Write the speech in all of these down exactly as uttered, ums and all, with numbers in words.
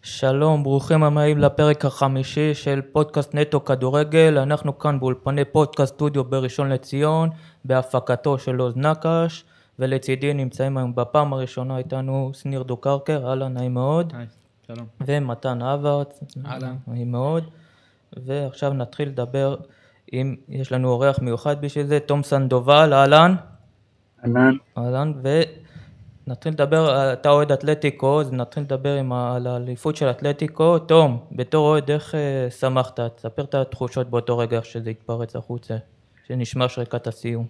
שלום, ברוכים הבאים לפרק החמישי של פודקאסט נטו כדורגל. אנחנו כאן באולפני פודקאסט סטודיו בראשון לציון, בהפקתו של עוז נקש, ולצידי נמצאים היום בפעם הראשונה איתנו שניר דוקרקר, אהלן, נעים מאוד. היי, שלום. ומתן אברץ, אהלן. נעים מאוד. ועכשיו נתחיל לדבר, אם יש לנו אורח מיוחד בשביל זה, תום סנדובל, אהלן. אהלן. אהלן, ו... נתחיל לדבר, אתה אוהד אתלטיקו, אז נתחיל לדבר עם ה- על האליפות של אתלטיקו. תום, בתור אוהד, איך אה, שמחת? תספר את התחושות באותו רגע איך שזה התפרץ החוצה, שנשמע שריקת הסיום.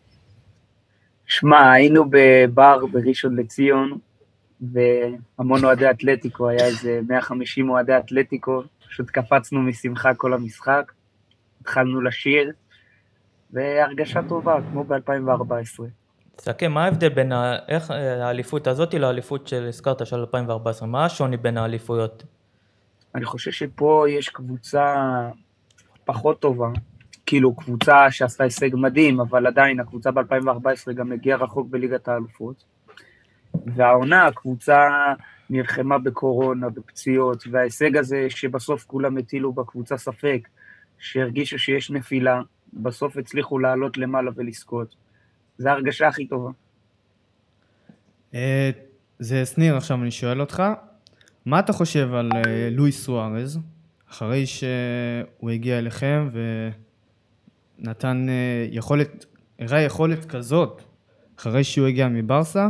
שמע, היינו בבר בראשון לציון, והמון אוהדי אתלטיקו, היה איזה מאה וחמישים אוהדי אתלטיקו, פשוט קפצנו משמחה כל המשחק, התחלנו לשיר, והרגשה טובה, כמו ב-אלפיים וארבע עשרה. תסכם, מה ההבדל בין ה- איך, אה, האליפות הזאת לאליפות של הזכרת של אלפיים וארבע עשרה? מה השוני בין האליפויות? אני חושב שפה יש קבוצה פחות טובה, כאילו קבוצה שעשתה הישג מדהים, אבל עדיין הקבוצה ב-אלפיים וארבע עשרה גם הגיעה רחוק בליגת האלופות. והעונה, הקבוצה נלחמה בקורונה, בפציעות, וההישג הזה שבסוף כולם הטילו בקבוצה ספק, שהרגישו שיש נפילה, בסוף הצליחו לעלות למעלה ולזכות. זו ההרגשה הכי טובה. אה, זה שניר, עכשיו אני שואל אותך, מה אתה חושב על אה, לואיס סוארז, אחרי שהוא הגיע אליכם ונתן אה, יכולת, הראה יכולת כזאת, אחרי שהוא הגיע מברסה,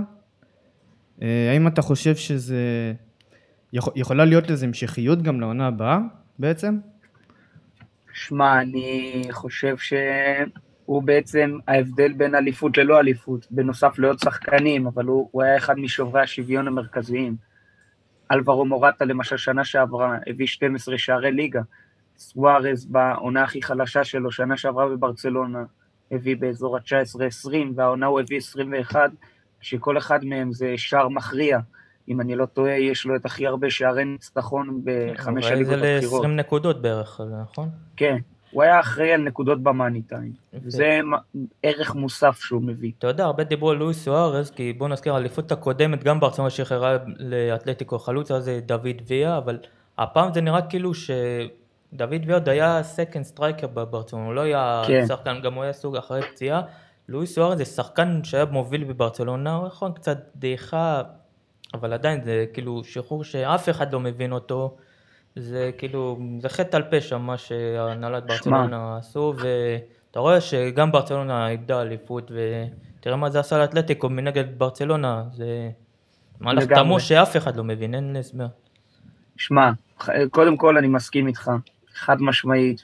אה, האם אתה חושב שזה, יכול, יכולה להיות לזה המשכיות גם לעונה הבאה בעצם? שמע, אני חושב שהוא בעצם ההבדל בין אליפות ללא אליפות, בנוסף לעוד שחקנים, אבל הוא, הוא היה אחד משוברי השוויון המרכזיים. אלברו מורטה למשל שנה שעברה הביא שנים עשר שערי ליגה, סוארז בעונה הכי חלשה שלו, שנה שעברה בברצלונה, הביא באזור ה-תשע עשרה עשרים, והעונה הוא הביא עשרים ואחת, שכל אחד מהם זה שער מכריע. אם אני לא טועה, יש לו את הכי הרבה שערי ניצחון בחמש הליגות זה הבכירות. ל-עשרים נקודות בערך, נכון? כן, הוא היה אחראי על נקודות במאני טיים. זה ערך מוסף שהוא מביא. אתה יודע, הרבה דיברו על לואיס סוארז, כי בוא נזכיר, האליפות הקודמת, גם ברצלונה שחררה לאתלטיקו חלוץ, אז זה דוד ויה, אבל הפעם זה נראה כאילו שדוד ויה עוד היה סקנד סטרייקר בברצלונה, הוא לא היה כן. שחקן, גם הוא היה סוג אחרי פציעה. לואיס סוארז זה שחקן שהיה מוביל בברצלונה, הוא יכול קצת דעיכה, אבל עדיין זה כאילו שחרור שאף אחד לא מבין אותו, זה כאילו, זה חטא על פשע מה שהנהלת ברצלונה עשו, ואתה רואה שגם ברצלונה איבדה אליפות, ותראה מה זה עשה לאתלטיקו מנגד ברצלונה, זה מהלך תמוה שאף אחד לא מבין, אין הסבר. שמע, קודם כל אני מסכים איתך, חד משמעית,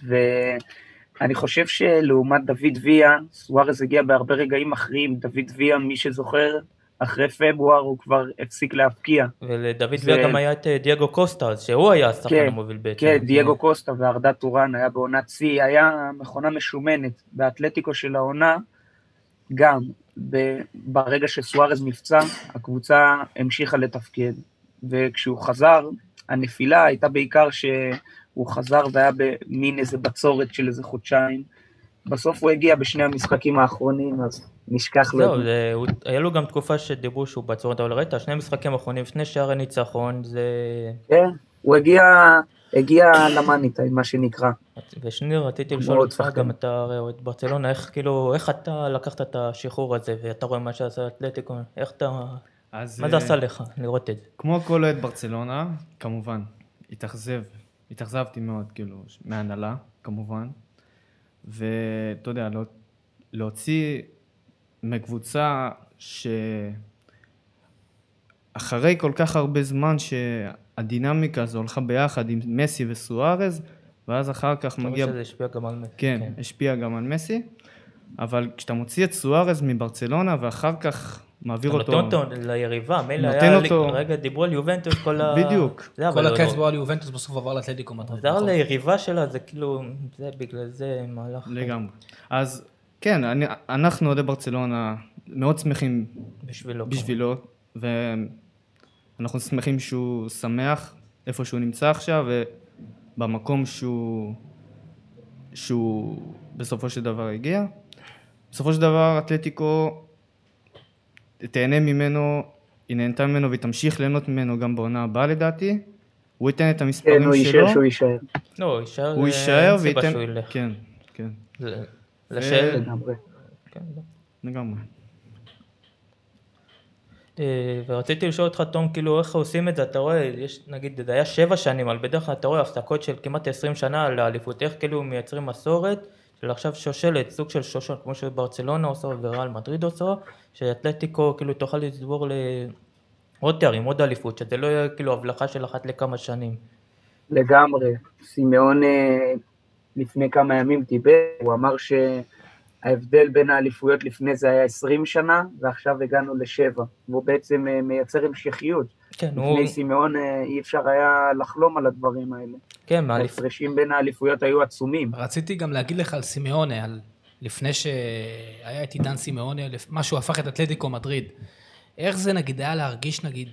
ואני חושב שלעומת דוד ויה, סוארז הגיע בהרבה רגעים אחרים, דוד ויה, מי שזוכר, אחרי פברואר הוא כבר הפסיק להפקיע. ולדוד ויה גם היה את דייגו קוסטה, שהוא היה השחקן המוביל בעצם. כן, דייגו קוסטה וארדה טורן היה בעונת צי, היה מכונה משומנת, באתלטיקו של העונה, גם ברגע שסוארז נפצע, הקבוצה המשיכה לתפקד, וכשהוא חזר, הנפילה הייתה בעיקר שהוא חזר והיה במין איזה בצורת של איזה חודשיים, בסוף הוא הגיע בשני המשחקים האחרונים, אז נשכח לו. זהו, היה לו גם תקופה שדיברו שהוא בצורת, אבל ראית, שני משחקים האחרונים, שני שערי ניצחון, זה... כן, הוא הגיע, הגיע למאניטה, מה שנקרא. ושניר, רציתי לשאול אותך, גם אתה רואה את ברצלונה, איך כאילו, איך אתה לקחת את השחרור הזה, ואתה רואה מה שעשה אתלטיקו, איך אתה... אז, מה זה עשה לך לראות את זה? כמו כל אוהד ברצלונה, כמובן, התאכזב, התאכזבתי מאוד, כאילו, מהנהלה, כמובן, ואתה יודע, לא, להוציא מקבוצה שאחרי כל כך הרבה זמן שהדינמיקה הזו הולכה ביחד עם מסי וסוארז, ואז אחר כך מגיע... שזה השפיע גם על מסי. כן, כן, השפיע גם על מסי, אבל כשאתה מוציא את סוארז מברצלונה ואחר כך מעביר אותו... נותן אותו ליריבה, מילא נותן היה... אותו... רגע, דיברו על יובנטוס כל ה... בדיוק. כל הכס בו על יובנטוס בסוף עבר לאתלטיקו מדריד. זה ליריבה שלה, זה כאילו... זה בגלל זה מהלך... לגמרי. אז כן, אני, אנחנו עודי ברצלונה מאוד שמחים בשבילו, בשבילו, ואנחנו שמחים שהוא שמח איפה שהוא נמצא עכשיו, ובמקום שהוא, שהוא בסופו של דבר הגיע. בסופו של דבר אתלטיקו תהנה ממנו, היא נהנתה ממנו ותמשיך ליהנות ממנו גם בעונה הבאה לדעתי, הוא ייתן את כן, המספרים הוא שלו. יישאר שהוא יישאר. לא, הוא יישאר, הוא אה, יישאר אין סיבה וייתן... שהוא ילך. כן, כן, זה- לשאלה, לגמרי. כן, לא. לגמרי. אה, ורציתי לשאול אותך, תום, כאילו איך עושים את זה, אתה רואה, יש נגיד, זה היה שבע שנים, אבל בדרך כלל אתה רואה הפסקות של כמעט עשרים שנה על האליפות, איך כאילו מייצרים מסורת, של עכשיו שושלת, סוג של שושלת, כמו שברצלונה עושה וריאל מדריד עושה, שאתלטיקו כאילו תוכל לצבור לעוד תארים, עוד אליפות, שזה לא יהיה כאילו הבלחה של אחת לכמה שנים. לגמרי. סימאון אה, לפני כמה ימים דיבר, הוא אמר שההבדל בין האליפויות לפני זה היה עשרים שנה, ועכשיו הגענו לשבע, והוא בעצם אה, מייצר המשכיות. כן, לפני הוא, סימאון אה, אי אפשר היה לחלום על הדברים האלה. כן, מהאליפ... ההפרשים בין האליפויות היו עצומים. רציתי גם להגיד לך על סימאונה, על לפני שהיה את עידן סימאונה, מה שהוא הפך את אתלטיקו מדריד. איך זה נגיד היה להרגיש נגיד,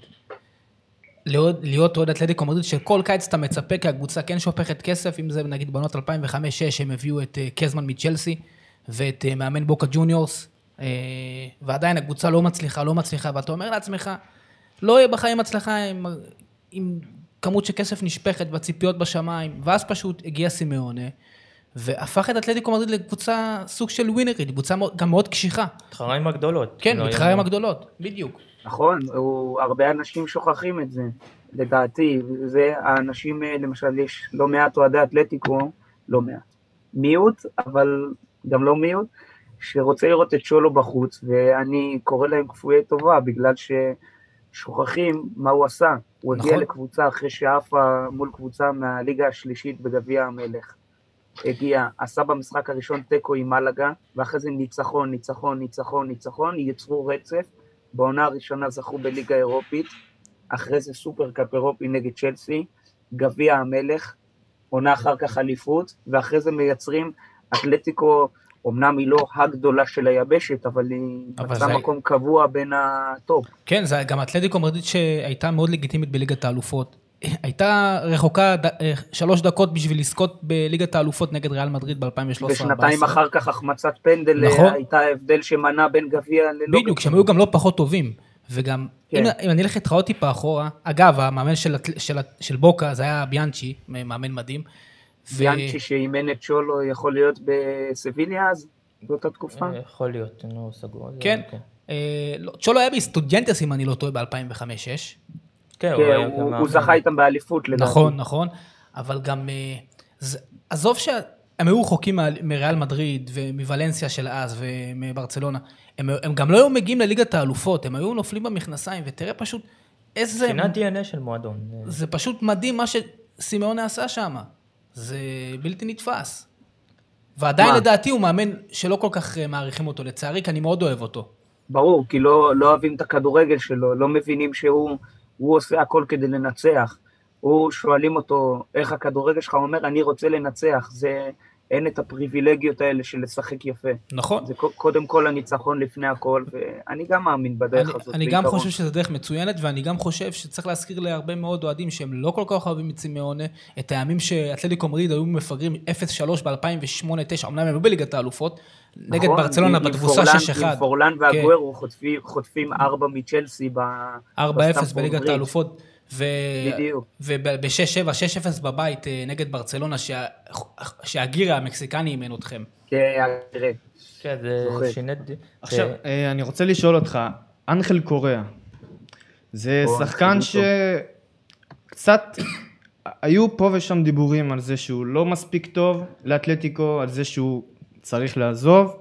להיות, להיות עוד אתלטיקו מדריד, שכל קיץ אתה מצפה כי הקבוצה כן שופכת כסף, אם זה נגיד בנות אלפיים וחמש שש, הם הביאו את uh, קזמן מצ'לסי, ואת uh, מאמן בוקה ג'וניורס, uh, ועדיין הקבוצה לא מצליחה, לא מצליחה, ואתה אומר לעצמך, לא יהיה בחיים הצלחה עם, עם כמות שכסף נשפכת בציפיות בשמיים, ואז פשוט הגיע סימאונה, והפך את אתלטיקו מדריד לקבוצה סוג של ווינרית, קבוצה גם מאוד קשיחה. מתחרים הגדולות. כן, לא מתחרים היה- הגדולות, בדיוק. נכון, הוא, הרבה אנשים שוכחים את זה, לדעתי, זה האנשים, אה, למשל, יש לא מעט אוהדי אתלטיקו, לא מעט, מיעוט, אבל גם לא מיעוט, שרוצה לראות את שולו בחוץ, ואני קורא להם כפויי טובה, בגלל ששוכחים מה הוא עשה. הוא הגיע נכון. לקבוצה אחרי שעפה מול קבוצה מהליגה השלישית בגביע המלך. הגיע, עשה במשחק הראשון טקו עם מלאגה, ואחרי זה ניצחון, ניצחון, ניצחון, ניצחון, יצרו רצף. בעונה הראשונה זכו בליגה אירופית, אחרי זה סופר קאפ אירופי נגד צ'לסי, גביע המלך, עונה אחר כך אליפות, ואחרי זה מייצרים אתלטיקו, אמנם היא לא הגדולה של היבשת, אבל היא אבל מצאה זה- מקום קבוע בין הטופ. כן, זה גם אתלטיקו מדריד שהייתה מאוד לגיטימית בליגת האלופות. הייתה רחוקה ד... שלוש דקות בשביל לזכות בליגת האלופות נגד ריאל מדריד ב-אלפיים ושלוש עשרה ארבע עשרה. ושנתיים אחר כך החמצת פנדל, נכון. הייתה הבדל שמנע בין גביע ללא... בדיוק, שהם היו גם לא פחות טובים. וגם, כן. אם, אם אני אלך להתחרות טיפה אחורה, אגב, המאמן של, של, של, של בוקה, זה היה ביאנצ'י, מאמן מדהים. ו- ביאנצ'י שאימן את שולו יכול להיות בסביליה אז, באותה תקופה. אה, יכול להיות, אני לא סגור. על זה, כן, אבל אה, לא, צ'ולו היה בסטודיאנטס, אם אני לא טועה, ב-אלפיים וחמש שש. כן, כן, היה הוא- גם הוא מאמן. זכה איתם באליפות לדעתי. נכון, נכון, אבל גם, אה, זה- עזוב שהם היו רחוקים מה- מריאל מדריד ומוולנסיה של אז ומברצלונה, הם, הם גם לא היו מגיעים לליגת האלופות, הם היו נופלים במכנסיים, ותראה פשוט איזה, שינה די אן איי של מועדון. אה, זה פשוט מדהים מה שסימאונה עשה שם, זה בלתי נתפס. ועדיין מה? לדעתי הוא מאמן שלא כל כך אה, מעריכים אותו, לצערי, כי אני מאוד אוהב אותו. ברור, כי לא, לא אוהבים את הכדורגל שלו, לא מבינים שהוא הוא עושה הכל כדי לנצח. הוא שואלים אותו, איך הכדורגל שלך? הוא אומר, אני רוצה לנצח. זה, אין את הפריבילגיות האלה של לשחק יפה. נכון. זה קודם כל הניצחון לפני הכל, ואני גם מאמין בדרך אני, הזאת. אני גם בעיקרון. חושב שזו דרך מצוינת, ואני גם חושב שצריך להזכיר להרבה מאוד אוהדים שהם לא כל כך אוהבים את סימאונה, את הימים שאתלטיקו מדריד היו מפגרים אפס שלוש ב-אלפיים ושמונה תשע, אמנם הם היו בליגת האלופות, נגד נכון, ברצלונה עם- עם בתבוסה פורלן- שש אחד. עם פורלן והגוארו חוטפים, חוטפים ארבע מצ'לסי ב... ארבע אפס בסטמפורד בליגת ברידג'. האלופות, ו... בדיוק. וב-שש שבע, שש אפס בבית אה, נגד ברצלונה, שה... שהגירה המקסיקני אימן אתכם. כן, תראה. כן, זה זוכר. שינה די... עכשיו, זה- אה, אני רוצה לשאול אותך, אנחל קוריאה, זה או, שחקן אנחל שקצת, היו פה ושם דיבורים על זה שהוא לא מספיק טוב לאתלטיקו, על זה שהוא צריך לעזוב.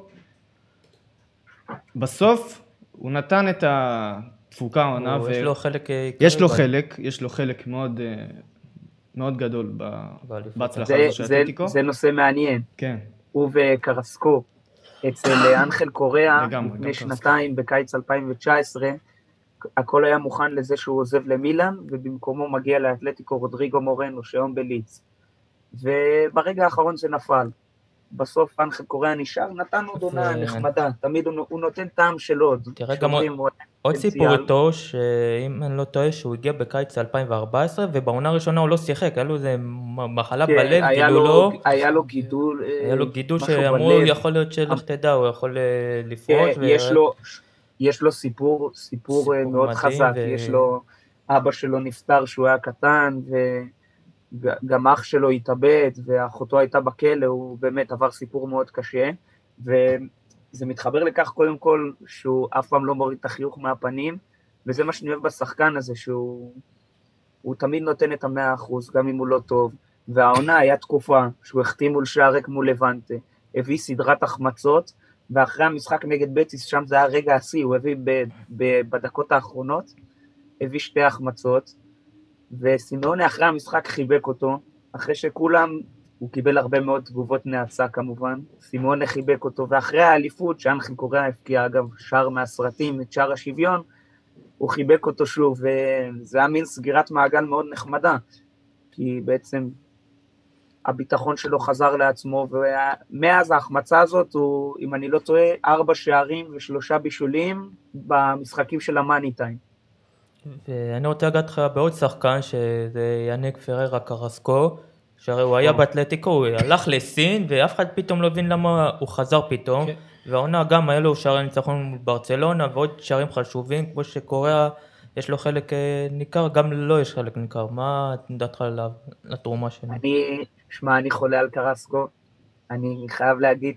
בסוף הוא נתן את התפוקה העונה, הוא- יש לו חלק... אה, יש לו עיקרי חלק, יש לו חלק מאוד, אה, מאוד גדול ב- באליפות. בהצלחה זה, הזו של זה, אתלטיקו. זה נושא מעניין. כן, הוא וקרסקו אצל אנחל קוריאה לגמרי, גם לפני קרסקו. שנתיים בקיץ אלפיים תשע עשרה, הכל היה מוכן לזה שהוא עוזב למילאן, ובמקומו מגיע לאתלטיקו רודריגו מורנו, שהיום בליץ. וברגע האחרון זה נפל. בסוף אנחל קוריאה נשאר, נתן עוד עונה זה- נחמדה, תמיד הוא, הוא נותן טעם של עוד. תראה, גם שאומרים, הוא עוד פוטנציאל. סיפור איתו, שאם אני לא טועה, שהוא הגיע בקיץ אלפיים וארבע עשרה, ובעונה הראשונה הוא לא שיחק, היה לו איזה מחלה כן, בלב, היה גילו לו- לו, היה לו גידול, אה, היה לו גידול משהו שאמרו, בלב. יכול להיות שלך תדע, הוא יכול אה, כן, לפרוץ. ו- יש לו, יש לו סיפור, סיפור, סיפור אה, מאוד מדהים, חזק, ו- יש לו, אבא שלו נפטר שהוא היה קטן, וגם אח שלו התאבד, ואחותו הייתה בכלא, הוא באמת עבר סיפור מאוד קשה, וזה מתחבר לכך קודם כל, שהוא אף פעם לא מוריד את החיוך מהפנים, וזה מה שאני אוהב בשחקן הזה, שהוא הוא תמיד נותן את המאה אחוז, גם אם הוא לא טוב, והעונה היה תקופה שהוא החתים מול שער ריק מול לבנטה, הביא סדרת החמצות, ואחרי המשחק נגד בטיס, שם זה היה רגע השיא, הוא הביא ב- ב- בדקות האחרונות, הביא שתי החמצות, וסימאונה אחרי המשחק חיבק אותו, אחרי שכולם, הוא קיבל הרבה מאוד תגובות נאצה כמובן, סימאונה חיבק אותו, ואחרי האליפות, שאנחל קוריאה הפקיע אגב שער מהסרטים, את שער השוויון, הוא חיבק אותו שוב, וזה היה מין סגירת מעגל מאוד נחמדה, כי בעצם הביטחון שלו חזר לעצמו, ומאז ההחמצה הזאת הוא, אם אני לא טועה, ארבע שערים ושלושה בישולים במשחקים של המאני טיים. ואני רוצה לגעת לך בעוד שחקן, שזה יניק פררה קרסקו, שהרי הוא היה באתלטיקו, הוא הלך לסין, ואף אחד פתאום לא הבין למה הוא חזר פתאום, והעונה גם היה לו שערי ניצחון מול ברצלונה, ועוד שערים חשובים, כמו שקוריאה, יש לו חלק ניכר, גם לו יש חלק ניכר. מה דעתך לתרומה שלו? אני, שמע, אני חולה על קרסקו, אני חייב להגיד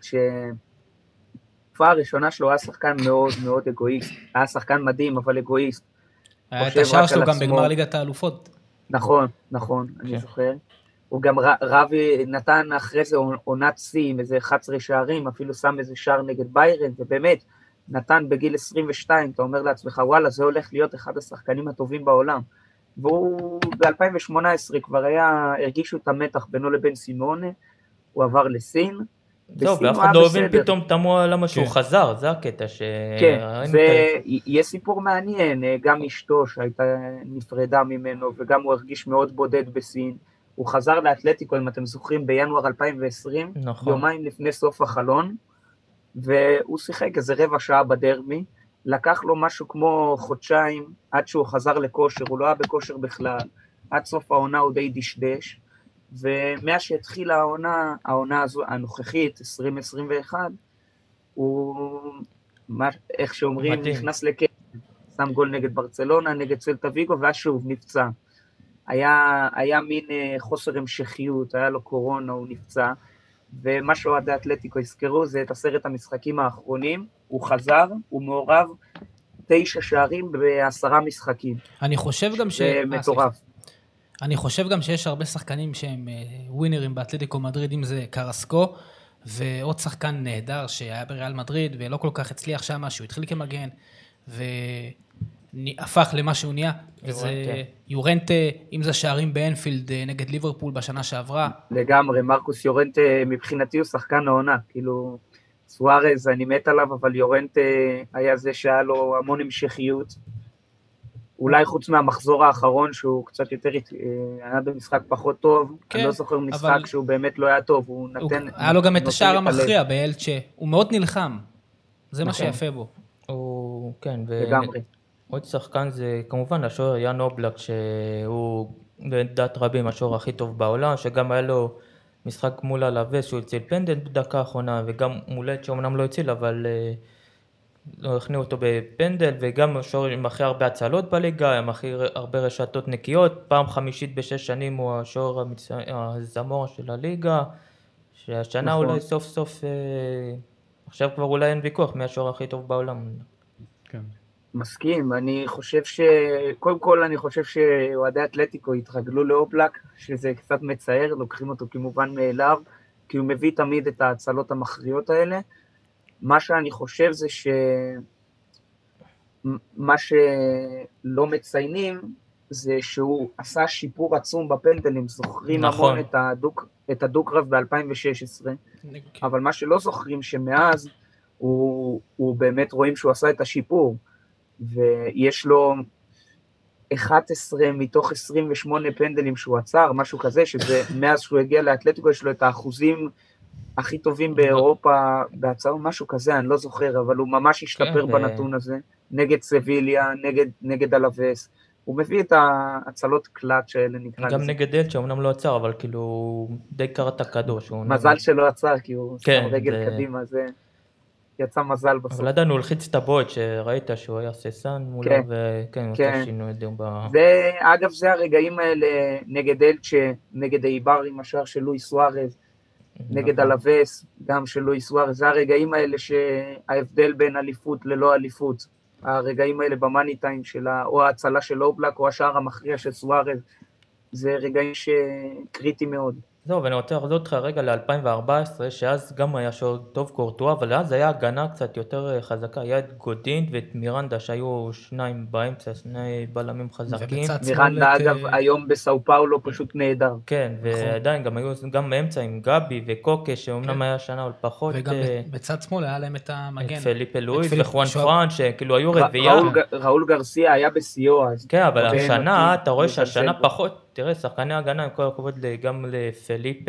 שהתקופה הראשונה שלו היה שחקן מאוד מאוד אגואיסט, היה שחקן מדהים, אבל אגואיסט. היה את השער שלו גם בגמר ליגת האלופות. נכון, נכון, אני זוכר. הוא גם רבי נתן אחרי זה עונת שיא עם איזה אחד עשר שערים, אפילו שם איזה שער נגד ביירן, ובאמת נתן בגיל עשרים ושתיים, אתה אומר לעצמך, וואלה, זה הולך להיות אחד השחקנים הטובים בעולם. והוא ב-אלפיים שמונה עשרה כבר היה, הרגישו את המתח בינו לבין סימאונה, הוא עבר לסין. טוב, ואף אחד לא הבין פתאום תמוה למה שהוא חזר, זה הקטע ש... כן, ויש סיפור מעניין, גם אשתו שהייתה נפרדה ממנו, וגם הוא הרגיש מאוד בודד בסין, הוא חזר לאתלטיקו, אם אתם זוכרים, בינואר אלפיים ועשרים, נכון. יומיים לפני סוף החלון, והוא שיחק איזה רבע שעה בדרבי, לקח לו משהו כמו חודשיים, עד שהוא חזר לכושר, הוא לא היה בכושר בכלל, עד סוף העונה הוא די דשדש, ומאז שהתחילה העונה, העונה הזו, הנוכחית, עשרים עשרים ואחת, הוא, מה, איך שאומרים, מדהים. נכנס לקטע, שם גול נגד ברצלונה, נגד סלטה ויגו, ואז שוב נפצע. היה, היה מין חוסר המשכיות, היה לו קורונה, הוא נפצע, ומה שאוהדי אתלטיקו הזכרו זה את עשרת המשחקים האחרונים, הוא חזר, הוא מעורב תשע שערים בעשרה משחקים. אני חושב גם ש... זה מטורף. אני חושב גם שיש הרבה שחקנים שהם ווינרים באתלטיקו מדריד, אם זה קרסקו, ועוד שחקן נהדר שהיה בריאל מדריד, ולא כל כך הצליח שם, שהוא התחיל כמגן, והפך למה שהוא נהיה. זה יורנטה, אם זה שערים באנפילד נגד ליברפול בשנה שעברה. לגמרי, מרקוס יורנטה מבחינתי הוא שחקן העונה, כאילו סוארז אני מת עליו, אבל יורנטה היה זה שהיה לו המון המשכיות, אולי חוץ מהמחזור האחרון שהוא קצת יותר היה במשחק פחות טוב, כן, אני לא זוכר משחק אבל... שהוא באמת לא היה טוב, הוא נתן... היה לו גם את השער המכריע באלצ'ה, הוא מאוד נלחם, זה מה שיפה בו. הוא, כן, לגמרי. עוד שחקן זה כמובן השוער יאן אובלק, שהוא בדעת רבים השוער הכי טוב בעולם, שגם היה לו משחק מול הלווס שהוא הציל פנדל בדקה האחרונה, וגם מול אלצ'ה אמנם לא הציל, אבל... לא הכניעו אותו בפנדל, וגם השוער עם הכי הרבה הצלות בליגה, עם הכי הרבה רשתות נקיות, פעם חמישית בשש שנים הוא השוער המצ... הזמור של הליגה, שהשנה נכון. אולי סוף סוף, אה, עכשיו כבר אולי אין ויכוח מי השוער הכי טוב בעולם. כן. מסכים, אני חושב ש... קודם כל אני חושב שאוהדי אתלטיקו התרגלו לאובלק, שזה קצת מצער, לוקחים אותו כמובן מאליו, כי הוא מביא תמיד את ההצלות המכריעות האלה, מה שאני חושב זה שמה שלא מציינים זה שהוא עשה שיפור עצום בפנדלים, זוכרים נכון. המון את הדוק, את הדוק-רב ב-אלפיים ושש עשרה, אבל מה שלא זוכרים שמאז הוא, הוא באמת רואים שהוא עשה את השיפור, ויש לו אחת עשרה מתוך עשרים ושמונה פנדלים שהוא עצר, משהו כזה, שזה מאז שהוא הגיע לאתלטיקו יש לו את האחוזים הכי טובים באירופה, בהצעה משהו כזה, אני לא זוכר, אבל הוא ממש השתפר בנתון הזה, נגד סביליה, נגד, נגד אלווס, הוא מביא את ההצלות קלאץ' שאלה נקרא לזה. גם נגד אלצ'ה, אמנם לא עצר, אבל כאילו די קראת הכדור. מזל שלא עצר, כי הוא שם רגל קדימה, זה... יצא מזל בסוף. אבל עדיין הוא הלחיץ את הבועט, שראית שהוא היה ססן מולו, כן, וכן, הוא כן. עשה שינוי אדיר ב... זה, אגב, זה הרגעים האלה נגד אלצ'ה, נגד איבר עם השער של לואיס סוארז, נגד נכון. אלווס, גם של לואיס סוארז, זה הרגעים האלה שההבדל בין אליפות ללא אליפות, הרגעים האלה במאני טיים שלה, או ההצלה של אובלק, או השער המכריע של סוארז, זה רגעים שקריטי מאוד. זהו, ואני רוצה לחזור אותך רגע ל-אלפיים וארבע עשרה, שאז גם היה שוער טוב קורטואה, אבל אז היה הגנה קצת יותר חזקה, היה את גודין ואת מירנדה, שהיו שניים באמצע, שני בלמים חזקים. ובצד שמאל מירנדה, את, אגב, אה, היום בסאו פאולו פשוט נהדר. כן, ועדיין גם היו גם באמצע עם גבי וקוקה, שאומנם כן. היה שנה אבל פחות, וגם אה, בצד שמאל היה להם את המגן. את פליפה לואיס פיליפ- וחואן שוער- פרן, שכאילו היו ר- רביעייה. ראול ג- ראול גרסיה היה בשיאו אז. כן, אבל כן, השנה, אותי, אתה רואה מזלזל שהשנה בו. פחות, תראה, שחקני הגנה, עם כל הכבוד ל- גם לפליפה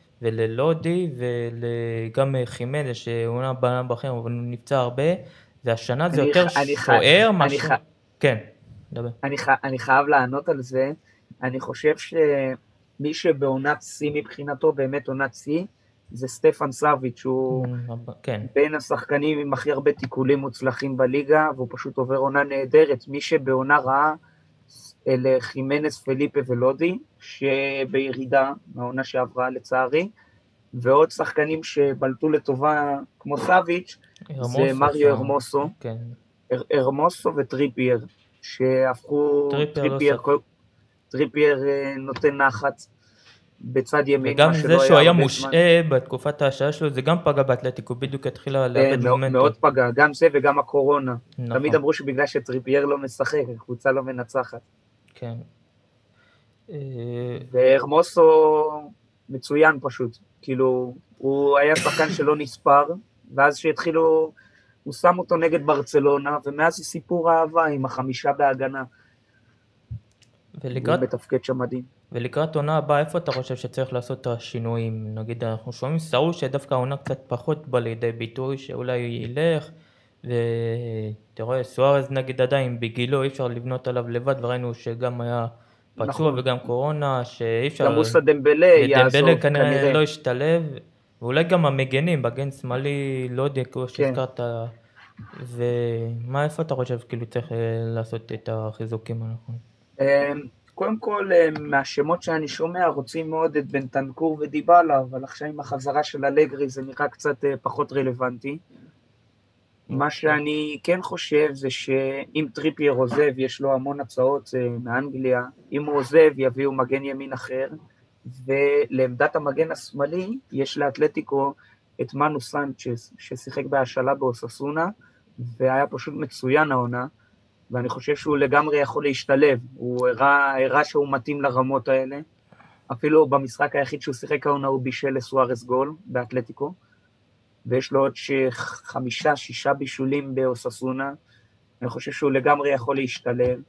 וללודי וגם חימנס, שהוא עונה בלם בכיר, אבל הוא נפצע הרבה, והשנה זה אני יותר ח- אני ח- שוער אני משהו... ח- כן, דבר. אני, ח... אני חייב לענות על זה, אני חושב שמי שבעונת שיא מבחינתו, באמת עונת שיא, זה סטפן סאביץ', שהוא כן, בין השחקנים עם הכי הרבה תיקולים מוצלחים בליגה, והוא פשוט עובר עונה נהדרת. מי שבעונה רעה, אלה חימנס, פליפה ולודי, שבירידה מהעונה שעברה לצערי, ועוד שחקנים שבלטו לטובה כמו סאביץ', זה הרמוסו מריו שם. הרמוסו, כן, הר- הרמוסו וטריפייר, שהפכו, טריפייר לא טריפייר, שחק. כל- טריפייר אה, נותן נחת בצד ימין, וגם מה זה שלא שהוא היה הרבה זמן. מושעה בתקופת ההשעה שלו, זה גם פגע באתלטיקו, בדיוק התחילה כן, לאבד מאוד- מומנטום. מאוד פגע, גם זה וגם הקורונה. נכון. תמיד אמרו שבגלל שטריפייר לא משחק, הקבוצה לא מנצחת. כן. אה, והרמוסו מצוין פשוט, כאילו, הוא היה שחקן שלא נספר, ואז שהתחילו, הוא שם אותו נגד ברצלונה, ומאז זה סיפור אהבה עם החמישה בהגנה. הוא ולקראת מתפקד שם מדהים. ולקראת עונה הבאה, איפה אתה חושב שצריך לעשות את השינויים? נגיד, אנחנו שומעים סעו שדווקא העונה קצת פחות בא לידי ביטוי, שאולי ילך, ואתה רואה, סוארז נגיד עדיין בגילו, אי אפשר לבנות עליו לבד, וראינו שגם היה פצוע נכון. וגם קורונה, שאי אפשר... גם מוסא דמבלה יעזוב, ודמבלה כנראה כנראה. לא ישתלב, ואולי גם המגנים, בגן שמאלי, לא יודע, כמו כן. שהזכרת, ומה, איפה אתה חושב, כאילו צריך אה, לעשות את החיזוקים הנכונים? קודם כל, מהשמות שאני שומע, רוצים מאוד את בנטנקור ודיבלה, אבל עכשיו עם החזרה של אלגרי זה נראה קצת אה, פחות רלוונטי. מה שאני כן חושב זה שאם טריפייר עוזב, יש לו המון הצעות אה, מאנגליה, אם הוא עוזב יביאו מגן ימין אחר, ולעמדת המגן השמאלי יש לאתלטיקו את מנו סנצ'ס, ששיחק בהשאלה באוססונה, והיה פשוט מצוין העונה, ואני חושב שהוא לגמרי יכול להשתלב, הוא הראה, הראה שהוא מתאים לרמות האלה, אפילו במשחק היחיד שהוא שיחק העונה הוא בישל לסוארס גול באתלטיקו, ויש לו עוד חמישה, שישה בישולים באוססונה, אני חושב שהוא לגמרי יכול להשתלב,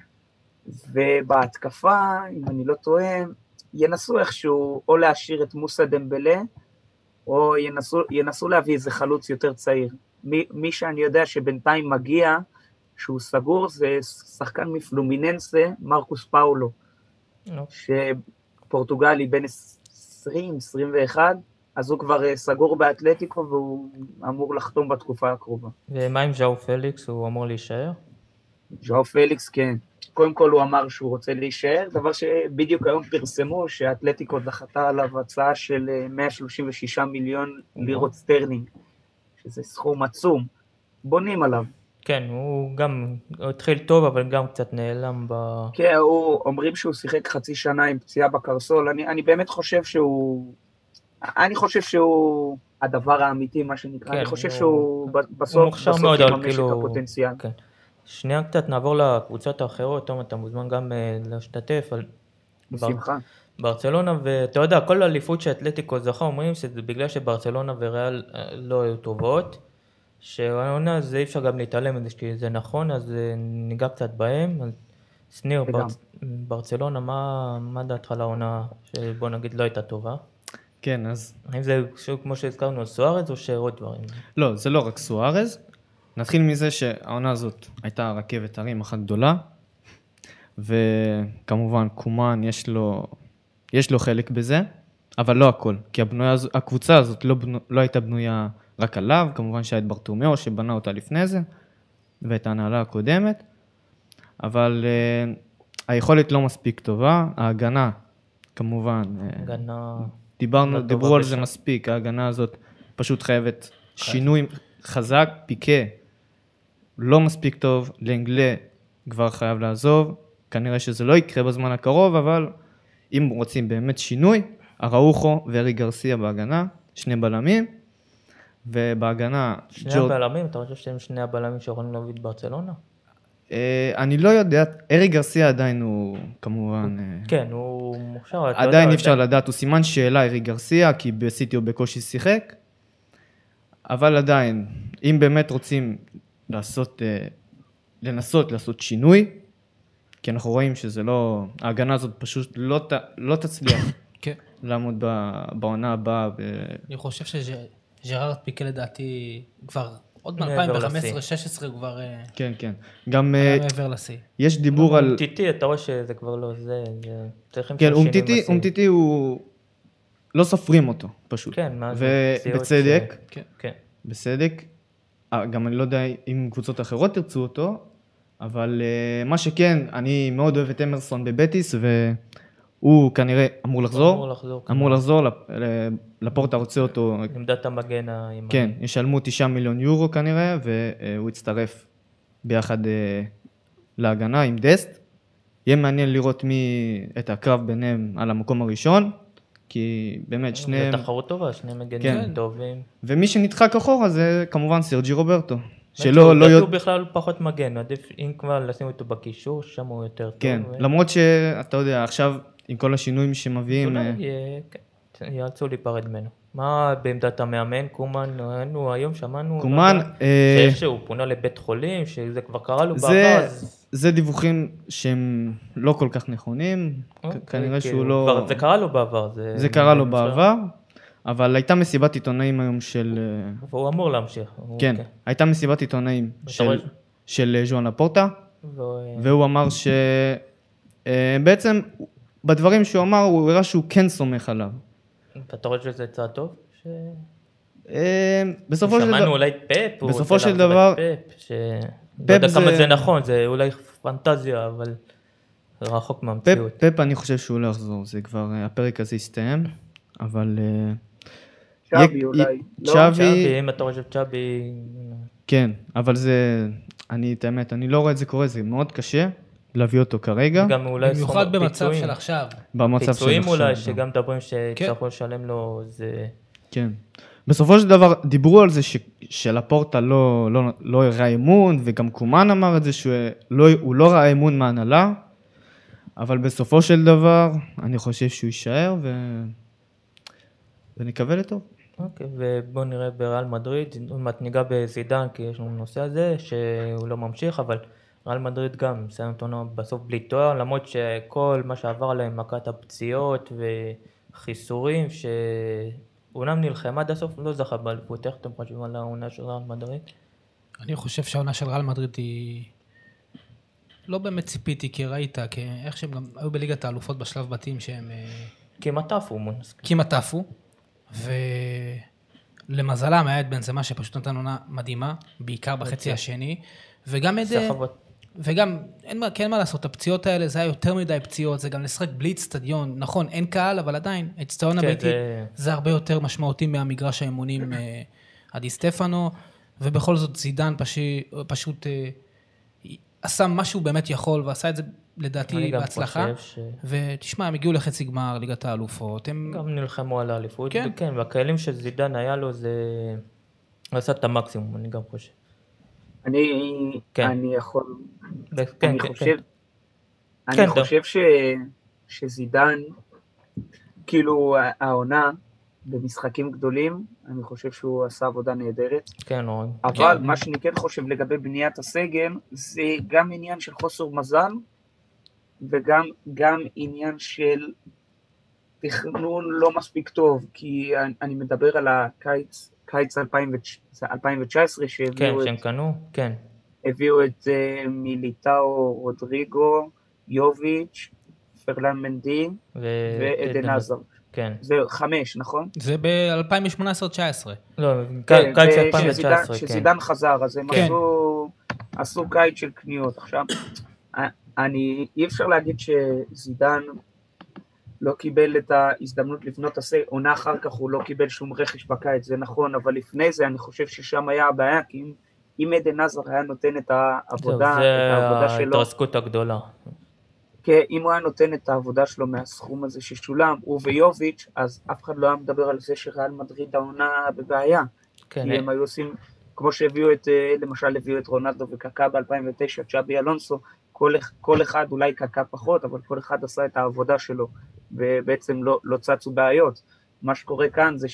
ובהתקפה, אם אני לא טועה, ינסו איכשהו או להשאיר את מוסא דמבלה, או ינסו, ינסו להביא איזה חלוץ יותר צעיר. מי, מי שאני יודע שבינתיים מגיע, שהוא סגור, זה שחקן מפלומיננסה, מרקוס פאולו, שפורטוגלי בין עשרים עשרים ואחת, אז הוא כבר סגור באתלטיקו, והוא אמור לחתום בתקופה הקרובה. ומה עם ז'או פליקס, הוא אמור להישאר? ז'או פליקס, כן. קודם כל הוא אמר שהוא רוצה להישאר, דבר שבדיוק היום פרסמו שהאתלטיקו דחתה עליו הצעה של מאה שלושים ושישה מיליון לירות סטרלינג, שזה סכום עצום. בונים עליו. כן, הוא גם, הוא התחיל טוב, אבל גם קצת נעלם ב... כן, הוא, אומרים שהוא שיחק חצי שנה עם פציעה בקרסול, אני, אני באמת חושב שהוא, אני חושב שהוא הדבר האמיתי, מה שנקרא, כן, אני חושב הוא- שהוא בסוף, הוא מוכשר בסוף מאוד, אבל יממש כאילו... את הפוטנציאל. כן. שנייה קצת נעבור לקבוצות האחרות, תום, אתה מוזמן גם uh, להשתתף על... בשמחה. ברצלונה, ואתה יודע, כל האליפות שאתלטיקו זכה, אומרים שזה בגלל שברצלונה וריאל uh, לא היו טובות, שהעונה זה אי אפשר גם להתעלם מזה, כי זה נכון, אז uh, ניגע קצת בהם. אז שניר, בר... ברצלונה, מה, מה דעתך לעונה שבוא נגיד לא הייתה טובה? כן, אז... האם זה שוב כמו שהזכרנו, סוארז או שעוד דברים? לא, זה לא רק סוארז. נתחיל מזה שהעונה הזאת הייתה רכבת הרים אחת גדולה, וכמובן קומן יש לו, יש לו חלק בזה, אבל לא הכל, כי הבנויה, הקבוצה הזאת לא, בנו, לא הייתה בנויה רק עליו, כמובן שהיה את ברטומיאו שבנה אותה לפני זה, ואת ההנהלה הקודמת, אבל uh, היכולת לא מספיק טובה, ההגנה, כמובן, הגנה... דיברנו, לא דיברו על זה מספיק, ההגנה הזאת פשוט חייבת שינוי חזק, פיקה, לא מספיק טוב, לאנגלה כבר חייב לעזוב, כנראה שזה לא יקרה בזמן הקרוב, אבל אם רוצים באמת שינוי, אראוחו וארי גרסיה בהגנה, שני בלמים, ובהגנה... שני ג'ורד... הבלמים, אתה חושב שהם שני הבלמים שיכולים להביא את ברצלונה? אני לא יודע, ארי גרסיה עדיין הוא כמובן... כן, הוא מוכשר. עדיין אי אפשר לדעת, הוא סימן שאלה ארי גרסיה, כי בסיטי הוא בקושי שיחק, אבל עדיין, אם באמת רוצים לעשות, לנסות לעשות שינוי, כי אנחנו רואים שזה לא, ההגנה הזאת פשוט לא, לא תצליח לעמוד בעונה הבאה. אני חושב שג'רארד פיקה לדעתי כבר... עוד מ-אלפיים וחמש עשרה שש עשרה הוא כבר... כן, כן. גם... מעבר לשיא. יש דיבור על... אומטיטי, אתה רואה שזה כבר לא זה... כן, אומטיטי הוא... לא סופרים אותו, פשוט. כן, מה זה? ובצדק. כן. בצדק. גם אני לא יודע אם קבוצות אחרות תרצו אותו, אבל מה שכן, אני מאוד אוהב את אמרסון בבטיס, והוא כנראה אמור לחזור. אמור לחזור. אמור לחזור, לפורטה רוצה אותו. עמדת המגן הימני. כן, ישלמו תשעה מיליון יורו כנראה, והוא יצטרף ביחד להגנה עם דסט. יהיה מעניין לראות מי את הקרב ביניהם על המקום הראשון, כי באמת שניהם... זה תחרות טובה, שני מגנים טובים. ומי שנדחק אחורה זה כמובן סרג'י רוברטו. שלא, לא... הוא בכלל פחות מגן, עדיף אם כבר לשים אותו בקישור, שם הוא יותר טוב. כן, למרות שאתה יודע, עכשיו עם כל השינויים שמביאים... יאלצו להיפרד ממנו. מה בעמדת המאמן, קומן, נו, היום שמענו... קומן... שהוא פונה לבית חולים, שזה כבר קרה לו בעבר. זה דיווחים שהם לא כל כך נכונים, כנראה שהוא לא... זה קרה לו בעבר. זה קרה לו בעבר, אבל הייתה מסיבת עיתונאים היום של... והוא אמור להמשיך. כן, הייתה מסיבת עיתונאים של ז'ואן לפורטה, והוא אמר שבעצם בדברים שהוא אמר, הוא הראה שהוא כן סומך עליו. אתה רואה שזה צעד טוב? בסופו של דבר... שמענו אולי פאפ, בסופו של דבר... לא יודע כמה זה נכון, זה אולי פנטזיה, אבל רחוק מהמציאות. פאפ אני חושב שהוא לא יחזור, זה כבר, הפרק הזה הסתיים, אבל... צ'אבי אולי. צ'אבי, אם אתה חושב צ'אבי... כן, אבל זה... אני, את האמת, אני לא רואה את זה קורה, זה מאוד קשה. להביא אותו כרגע. במיוחד במצב של עכשיו. במצב של עכשיו. פיצויים אולי, שגם מדברים שצריכו לשלם לו, זה... כן. בסופו של דבר, דיברו על זה שלפורטה לא הראה אמון, וגם קומן אמר את זה שהוא לא ראה אמון מהנהלה, אבל בסופו של דבר, אני חושב שהוא יישאר, ונקווה לטוב. אוקיי, ובואו נראה בריאל מדריד, עוד מעט ניגע בזידן, כי יש לנו נושא הזה, שהוא לא ממשיך, אבל... ריאל מדריד גם, סיים אותנו בסוף בלי תואר, למרות שכל מה שעבר עליהם, מכת הפציעות וחיסורים, שאונם נלחם עד הסוף, לא זכה באליפות. איך אתם חושבים על העונה של ריאל מדריד? אני חושב שהעונה של ריאל מדריד היא... לא באמת ציפיתי, כי ראית, כי איך שהם גם היו בליגת האלופות בשלב בתים שהם... כמעט עפו, מונסק. כמעט עפו, ולמזלם היה את בנזמה שפשוט נתן עונה מדהימה, בעיקר בחצי השני, וגם את... וגם, אין מה, כן מה לעשות, הפציעות האלה, זה היה יותר מדי פציעות, זה גם לשחק בלי אצטדיון, נכון, אין קהל, אבל עדיין, האצטדיון הביתי, זה... זה הרבה יותר משמעותי מהמגרש האימונים עדי סטפנו, ובכל זאת זידן פשוט, פשוט עשה משהו באמת יכול, ועשה את זה לדעתי בהצלחה, ש... ותשמע, הם הגיעו לחצי גמר ליגת האלופות, הם... גם נלחמו על האליפות, כן. וכן, והכלים שזידן היה לו, זה עשה את המקסימום, אני גם חושב. אני, כן. אני יכול, כן, אני כן, חושב, כן. אני כן, חושב ש, שזידן, כאילו העונה במשחקים גדולים, אני חושב שהוא עשה עבודה נהדרת. כן, מאוד. אבל כן. מה שאני כן חושב לגבי בניית הסגל, זה גם עניין של חוסר מזל, וגם גם עניין של תכנון לא מספיק טוב, כי אני, אני מדבר על הקיץ, קיץ אלפיים תשע עשרה שהביאו כן, את... שהם קנו, כן. הביאו את uh, מיליטאו, רודריגו, יוביץ', פרלן מנדי ועדן עזר. כן. זה חמש, נכון? זה ב-אלפיים שמונה עשרה תשע עשרה. לא, כן, קיץ ו- אלפיים תשע עשרה, שזידן- כן. שזידן חזר, אז הם כן. עשו, עשו קיץ של קניות. עכשיו, אני, אי אפשר להגיד שזידן לא קיבל את ההזדמנות לבנות עשה, עונה אחר כך הוא לא קיבל שום רכש בקיץ, זה נכון, אבל לפני זה אני חושב ששם היה הבעיה, כי אם, אם עדן עזר היה נותן את העבודה, זהו, את העבודה זה שלו, ההתרסקות הגדולה. כי אם הוא היה נותן את העבודה שלו מהסכום הזה ששולם, הוא ויוביץ', אז אף אחד לא היה מדבר על זה שריאל מדריד העונה בבעיה, כן, כי הם היו עושים, כמו שהביאו את, למשל הביאו את רונלדו וקקה ב-אלפיים ותשע, צ'אבי אלונסו, כל, כל אחד, אולי קקה פחות, אבל כל אחד עשה את העבודה שלו, ובעצם לא, לא צצו בעיות. מה שקורה כאן זה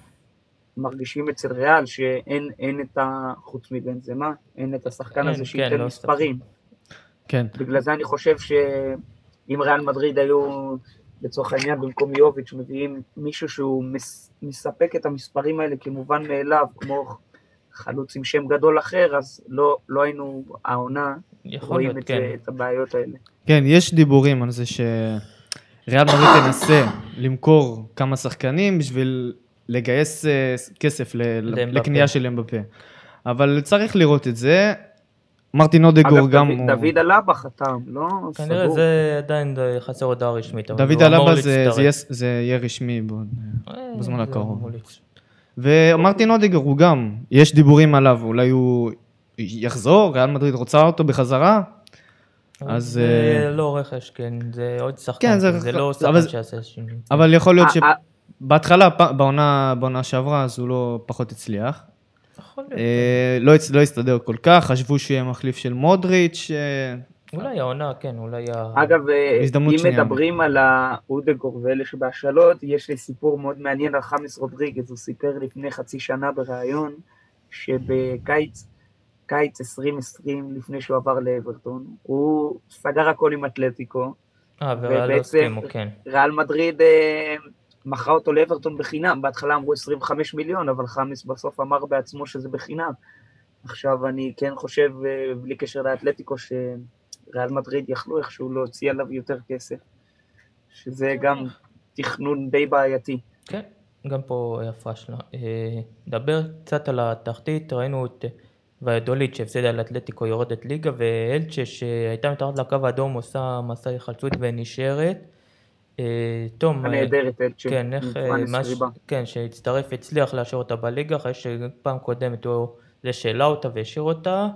שמרגישים אצל ריאל שאין אין את ה... חוץ מבנזמה, אין את השחקן כן, הזה כן, שייתן לא מספרים. כן. בגלל זה אני חושב שאם ריאל מדריד היו, לצורך העניין, במקום יוביץ' מביאים מישהו שהוא מס, מספק את המספרים האלה כמובן מאליו, כמו חלוץ עם שם גדול אחר, אז לא, לא היינו העונה רואים להיות, את, כן. את הבעיות האלה. כן, יש דיבורים על זה שריאל מדריד תנסה למכור כמה שחקנים בשביל לגייס אה, כסף ל- לאמבפה. לקנייה של אמבפה. אבל צריך לראות את זה. מרטין אודגור אגב, גם... דוד, הוא- דוד אלבה חתם, לא כנראה סגור. זה עדיין חסר הודעה רשמית. אבל דוד הוא אמור אלבה זה, זה, להצטרף. יהיה, זה יהיה רשמי בעוד, אה, בזמן זה הקרוב. אמור להצטרף. ומרטין אודגור הוא גם, יש דיבורים עליו, אולי הוא יחזור, ריאל מדריד רוצה אותו בחזרה, אז... זה אה, לא רכש, כן, זה עוד שחקן, כן, זה- זה לא אבל- שחקן שיעשה שינוי. אבל יכול להיות אה, אה, שבהתחלה, פ- בעונה, בעונה שעברה, אז הוא לא פחות הצליח. יכול להיות. אה, לא, הצ- לא הסתדר כל כך, חשבו שהוא יהיה מחליף של מודריץ', אה, אולי העונה, כן, אולי ה... אגב, אה, הזדמנות אם שנייה. מדברים על האודגור ואלה שבהשאלות, יש לי סיפור מאוד מעניין על חמיס רודריגז, הוא סיפר לפני חצי שנה בראיון, שבקיץ קיץ עשרים עשרים, לפני שהוא עבר לאברטון, הוא סגר הכל עם אתלטיקו, אה, וריאל לא ובעצם הסכימו, כן. ריאל מדריד אה, מכרה אותו לאברטון בחינם, בהתחלה אמרו עשרים וחמישה מיליון, אבל חמיס בסוף אמר בעצמו שזה בחינם. עכשיו אני כן חושב, אה, בלי קשר לאתלטיקו, שריאל מדריד יכלו איכשהו להוציא עליו יותר כסף, שזה גם תכנון די בעייתי. כן, גם פה יפה שלה. נדבר קצת על התחתית, ראינו את ויאדוליד שהפסידה לאתלטיקו יורדת ליגה, ואלצ'ה שהייתה מתחת לקו האדום עושה מסע היחלצות ונשארת. אה, תום, הנהדרת אלצ'ה, כן, איך, עם פרנס מש, ריבה. כן, שהצטרף, הצליח להשאיר אותה בליגה, אחרי שפעם קודמת הוא זה שהעלה אותה והשאיר אותה,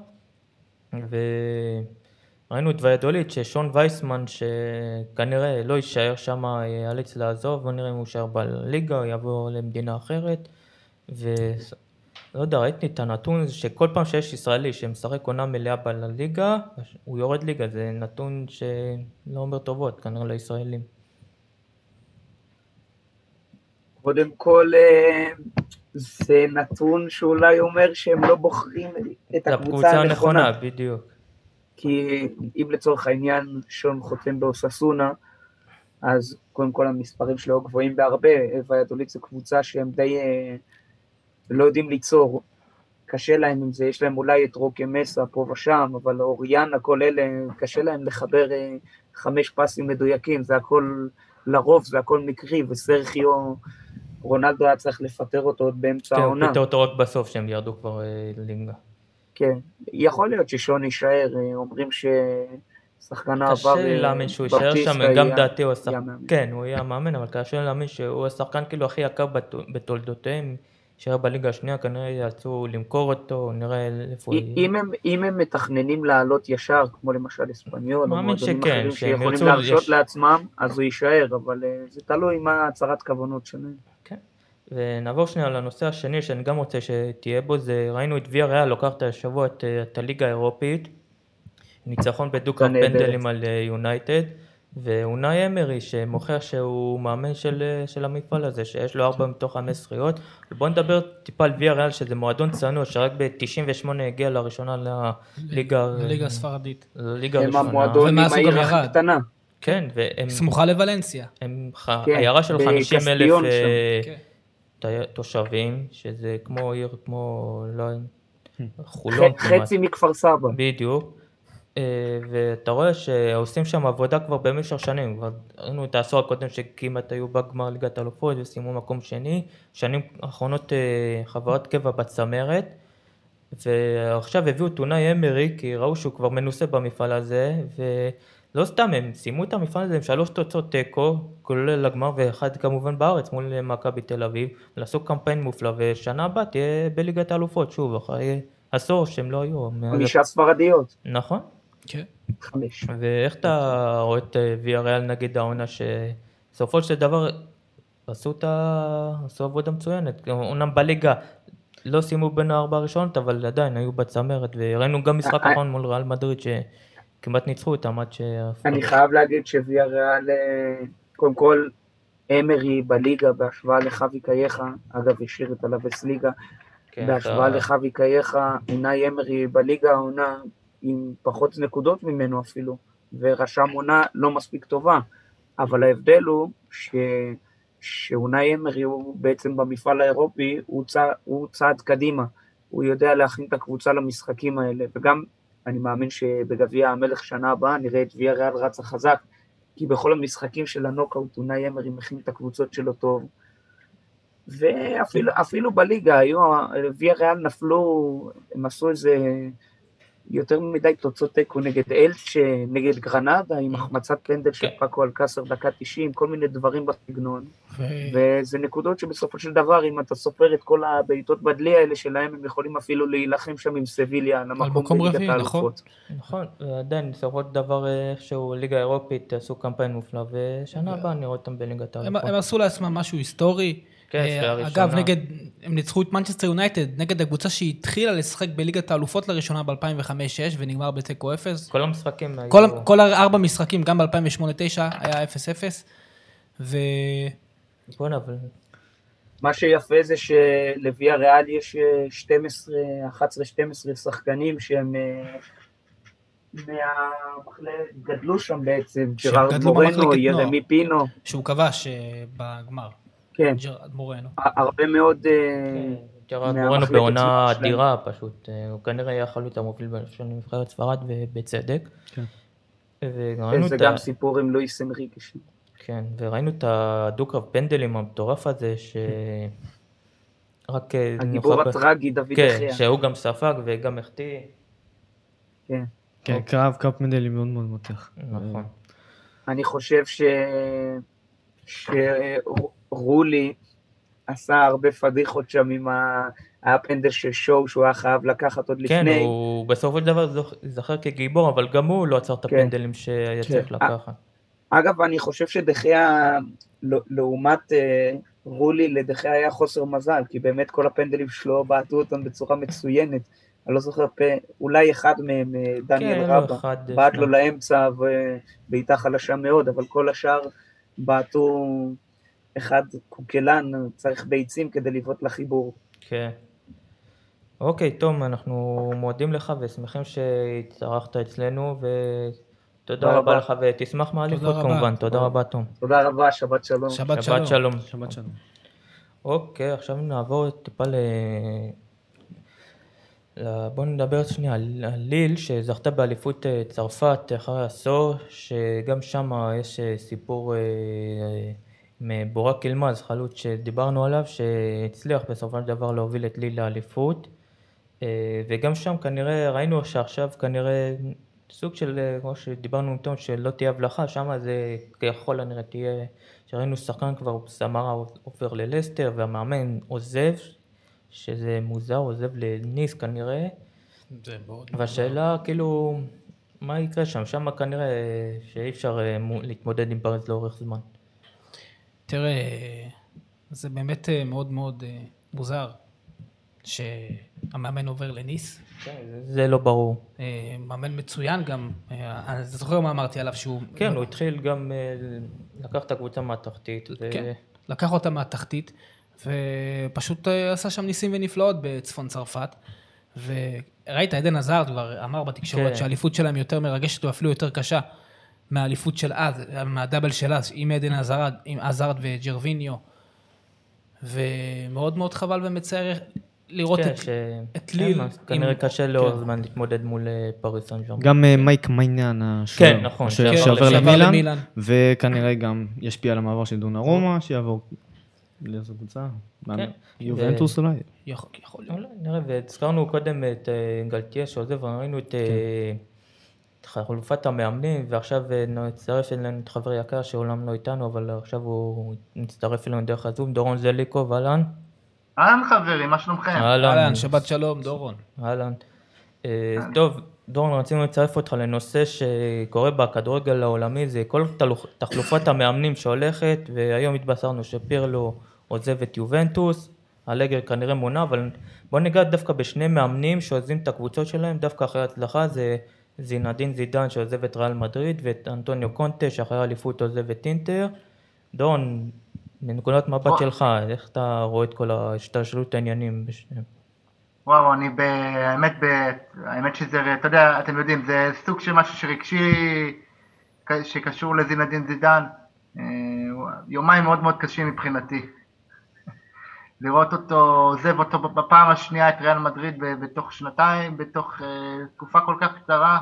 וראינו את ויאדוליד ששון וייסמן שכנראה לא יישאר שם, ייאלץ לעזוב, בוא נראה אם הוא יישאר בליגה או יעבור למדינה אחרת, ולא יודע, ראיתי את הנתון שכל פעם שיש ישראלי שמשחק עונה מלאה בליגה, הוא יורד ליגה, זה נתון שלא אומר טובות כנראה לישראלים. קודם כל, זה נתון שאולי אומר שהם לא בוחרים את הקבוצה הנכונה. בדיוק. כי אם לצורך העניין שון חותם באוססונה, אז קודם כל המספרים שלו גבוהים בהרבה, ויאדוליד זו קבוצה שהם די לא יודעים ליצור, קשה להם עם זה, יש להם אולי את רוקה מסה פה ושם, אבל אוריאנה, כל אלה, קשה להם לחבר חמש פסים מדויקים, זה הכל לרוב, זה הכל מקרי, וסרחיו, רונלדו היה צריך לפטר אותו עוד באמצע כן, העונה. הוא פיטר אותו רק בסוף שהם ירדו כבר לליגה. כן, יכול להיות ששון יישאר, אומרים ששחקן העבר... קשה להאמין שהוא יישאר שם, גם דעתי הוא השחקן, כן, הוא יהיה המאמן, אבל קשה להאמין שהוא השחקן כאילו הכי יקר בתולדותיהם, יישאר בליגה השנייה, כנראה יעצו למכור אותו, נראה איפה הוא יהיה. אם הם מתכננים לעלות ישר, כמו למשל אספניול, או מועדונים אחרים שיכולים להרשות לעצמם, אז הוא יישאר, אבל זה תלוי מה הצהרת כוונות שלהם. כן, ונעבור שנייה לנושא השני שאני גם רוצה שתהיה בו, זה ראינו את ויה ריאל לוקחת השבוע את, את הליגה האירופית, ניצחון בדו-קרב פנדלים על יונייטד, ואונאי אמרי שמוכיח שהוא מאמן של, של המפעל הזה, שיש לו ארבע מתוך חמש זכיות. בואו נדבר טיפה על ויה ריאל, שזה מועדון צנוע, שרק ב-תשעים ושמונה הגיע לראשונה לליגה... לליגה הספרדית. לליגה הם הראשונה. המועדון עם העיר הכי קטנה. כן, והם... סמוכה לוולנסיה. הם עיירה של חמישים אלף תושבים, שזה כמו עיר, כמו... לא... חולון כמעט. חצי מכפר סבא. בדיוק. ואתה רואה שעושים שם עבודה כבר במשך שנים, כבר ראינו את העשור הקודם שכמעט היו בגמר ליגת האלופות וסיימו מקום שני, שנים האחרונות חברת קבע בצמרת, ועכשיו הביאו את אונאי אמרי, כי ראו שהוא כבר מנוסה במפעל הזה, ולא סתם, הם סיימו את המפעל הזה עם שלוש תוצאות תיקו, כולל לגמר ואחד כמובן בארץ מול מכבי תל אביב, לעשות קמפיין מופלא, ושנה הבאה תהיה בליגת האלופות שוב, אחרי עשור שהם לא היו. חמישה ספרדיות. נכון. כן. חמש. ואיך אתה רואה את ויאריאל נגד העונה שסופו של דבר עשו, ה... עשו עבודה מצוינת, אומנם בליגה לא סיימו בין הארבע הראשונות, אבל עדיין היו בצמרת, וראינו גם משחק אחרון מול ריאל מדריד שכמעט ניצחו אותם עד ש... אני חייב להגיד שוויאריאל, קודם כל, אמרי בליגה בהשוואה לחווי קייחה, אגב השאיר את הלבס ליגה, בהשוואה לחווי קייחה, אונאי אמרי בליגה העונה עם פחות נקודות ממנו אפילו, ורשם עונה לא מספיק טובה, אבל ההבדל הוא ש... שאונאי אמרי הוא בעצם במפעל האירופי, הוא, צע... הוא צעד קדימה, הוא יודע להכין את הקבוצה למשחקים האלה, וגם אני מאמין שבגביע המלך שנה הבאה נראה את ויאריאל רצה חזק, כי בכל המשחקים של הנוקאוט אונאי אמרי מכין את הקבוצות שלו טוב, ואפילו אפילו בליגה, היו, ויאריאל נפלו, הם עשו איזה יותר מדי תוצאות תיקו נגד אלצ'ה, נגד גרנדה, עם החמצת פנדל של פאקו אלקאסר דקה תשעים, כל מיני דברים בסגנון, וזה נקודות שבסופו של דבר, אם אתה סופר את כל הבעיטות בדלי האלה שלהם, הם יכולים אפילו להילחם שם עם סביליה, על המקום בליגת האלופות. נכון, ועדיין בסופו של דבר איכשהו ליגה אירופית עשו קמפיין מופלא, ושנה הבאה נראה אותם בליגת האלופות. הם עשו לעצמם משהו היסטורי, אגב, נגד, הם ניצחו את מנצ'סטר יונייטד, נגד הקבוצה שהתחילה לשחק בליגת האלופות לראשונה ב-אלפיים וחמש שש, ונגמר בתיקו אפס. כל המשחקים היו... כל, כל ארבע משחקים, גם ב-אלפיים ושמונה תשע היה אפס אפס, ו... בוא נבל. מה שיפה זה שלוויאריאל יש שתים עשרה, אחת עשרה שתים עשרה שחקנים שהם גדלו שם בעצם, ג'רארד מורנו, ירמי פינו. שהוא כבש בגמר. כן, מורנו. הרבה מאוד... ג'רארד מורנו בעונה אדירה פשוט, הוא כנראה היה חלוץ המוביל של נבחרת ספרד ובצדק. זה גם סיפור עם לואיס אנריקה. כן, וראינו את הדו-קרב פנדלים המטורף הזה, שרק... הגיבור הטרגי, דוד אחיה. כן, שהוא גם ספג וגם החטיא. כן. כן, קרב קרב פנדלים מאוד מאוד מותח. נכון. אני חושב ש... שרולי עשה הרבה פדיחות שם עם הפנדל של שואו, שהוא היה חייב לקחת עוד לפני. כן, הוא בסופו של דבר זכר כגיבור, אבל גם הוא לא עצר את הפנדלים שהיה צריך לקחת. אגב, אני חושב שדחיה, לעומת רולי, לדחיה היה חוסר מזל, כי באמת כל הפנדלים שלו בעטו אותם בצורה מצוינת. אני לא זוכר, אולי אחד מהם, דניאל רבא, בעט לו לאמצע ובעיטה חלשה מאוד, אבל כל השאר בעטו אחד קוקלן, צריך ביצים כדי לבעוט לחיבור. כן. אוקיי, תום, אנחנו מועדים לך ושמחים שהצטרפת אצלנו, ותודה רבה לך, ותשמח מהאליפות כמובן. תודה רבה, תום. תודה רבה, שבת שלום. שבת שלום. שבת שלום. אוקיי, עכשיו נעבור טיפה ל... בואו נדבר שנייה על ליל שזכתה באליפות צרפת אחרי עשור, שגם שם יש סיפור עם בורק אלמז, חלוץ שדיברנו עליו, שהצליח בסופו של דבר להוביל את ליל לאליפות, וגם שם כנראה ראינו שעכשיו כנראה סוג של, כמו שדיברנו איתו, שלא תהיה הבלחה, שם זה ככל הנראה תהיה, שראינו שחקן כבר סמרה עובר ללסטר והמאמן עוזב, שזה מוזר, עוזב לניס כנראה, והשאלה כאילו, מה יקרה שם? שם כנראה שאי אפשר להתמודד עם פריז לאורך זמן. תראה, זה באמת מאוד מאוד מוזר, שהמאמן עובר לניס. כן, זה לא ברור. מאמן מצוין גם, אני זוכר מה אמרתי עליו שהוא... כן, הוא התחיל גם לקח את הקבוצה מהתחתית. כן, לקח אותה מהתחתית. ופשוט עשה שם ניסים ונפלאות בצפון צרפת, וראית, עדן עזרד כבר אמר בתקשורת שהאליפות שלהם יותר מרגשת ואפילו יותר קשה מהאליפות של אז, מהדאבל של אז, עם עדן עזרד, עם עזרד וג'רוויניו, ומאוד מאוד חבל ומצער לראות כן, את- ש- את ליל. אין, כנראה עם- קשה לאורך כן. זמן להתמודד מול אה, פריס סן ז'רמן. גם אה, מייק מייניאן, השוער. כן, נכון, השוער שעבר שעבר לשם. למילאן, למילאן. וכנראה גם ישפיע על המעבר של דונרומה, שיעבור לאיזו קבוצה? כן. יובנטוס אולי? יכול יכול להיות. אולי, נראה, והזכרנו קודם את אה, גלטיה שעוזב, ראינו את אה, את חלופת המאמנים, ועכשיו אה, נצטרף אלינו את חבר יקר שעולם לא איתנו, אבל עכשיו הוא מצטרף אלינו דרך הזום, דורון זליקוב, אהלן. אהלן חברים, מה שלומכם? אהלן, שבת שלום, דורון. אהלן. אה, טוב, דורון, רצינו לצרף אותך לנושא שקורה בכדורגל העולמי, זה כל תלוח- תחלופת המאמנים שהולכת, והיום התבשרנו שפירלו עוזב את יובנטוס, אלגרי כנראה מונה, אבל בוא ניגע דווקא בשני מאמנים שעוזבים את הקבוצות שלהם, דווקא אחרי הצלחה זה זינדין זידן שעוזב את ריאל מדריד, ואת אנטוניו קונטה שאחרי האליפות עוזב את אינטר. דורון, מנקודת מבט שלך, איך אתה רואה את כל השתלשלות העניינים בשניהם? וואו, אני ב... האמת, ב... האמת שזה, אתה יודע, אתם יודעים, זה סוג של משהו שרגשי שקשור לזינדין זידן. אה, יומיים מאוד מאוד קשים מבחינתי. לראות אותו, עוזב אותו בפעם השנייה את ריאל מדריד בתוך שנתיים, בתוך אה, תקופה כל כך קצרה,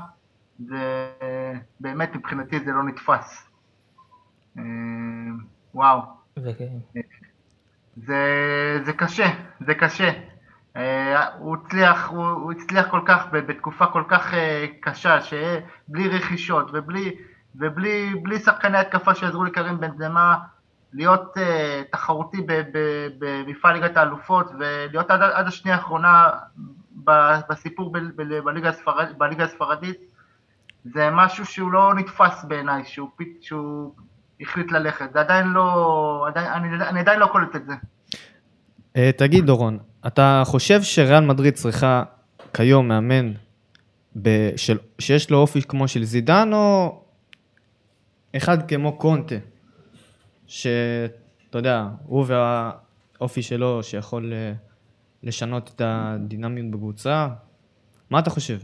ובאמת מבחינתי זה לא נתפס. אה, וואו. וכן. זה, זה קשה, זה קשה. Uh, הוא הצליח, הוא, הוא הצליח כל כך בתקופה כל כך uh, קשה, שבלי רכישות ובלי, ובלי בלי שחקני התקפה שעזרו לקרים בנזמה, להיות uh, תחרותי ב, ב, במפעל ליגת האלופות, ולהיות עד, עד השנייה האחרונה בסיפור ב, ב, בליגה, הספרד, בליגה הספרדית, זה משהו שהוא לא נתפס בעיניי, שהוא, שהוא החליט ללכת. זה עדיין לא, עדיין, אני, אני עדיין לא קולט את זה. Uh, תגיד דורון, אתה חושב שריאל מדריד צריכה כיום מאמן בשל, שיש לו אופי כמו של זידן, או אחד כמו קונטה, שאתה יודע, הוא והאופי שלו שיכול לשנות את הדינמיות בקבוצה? מה אתה חושב?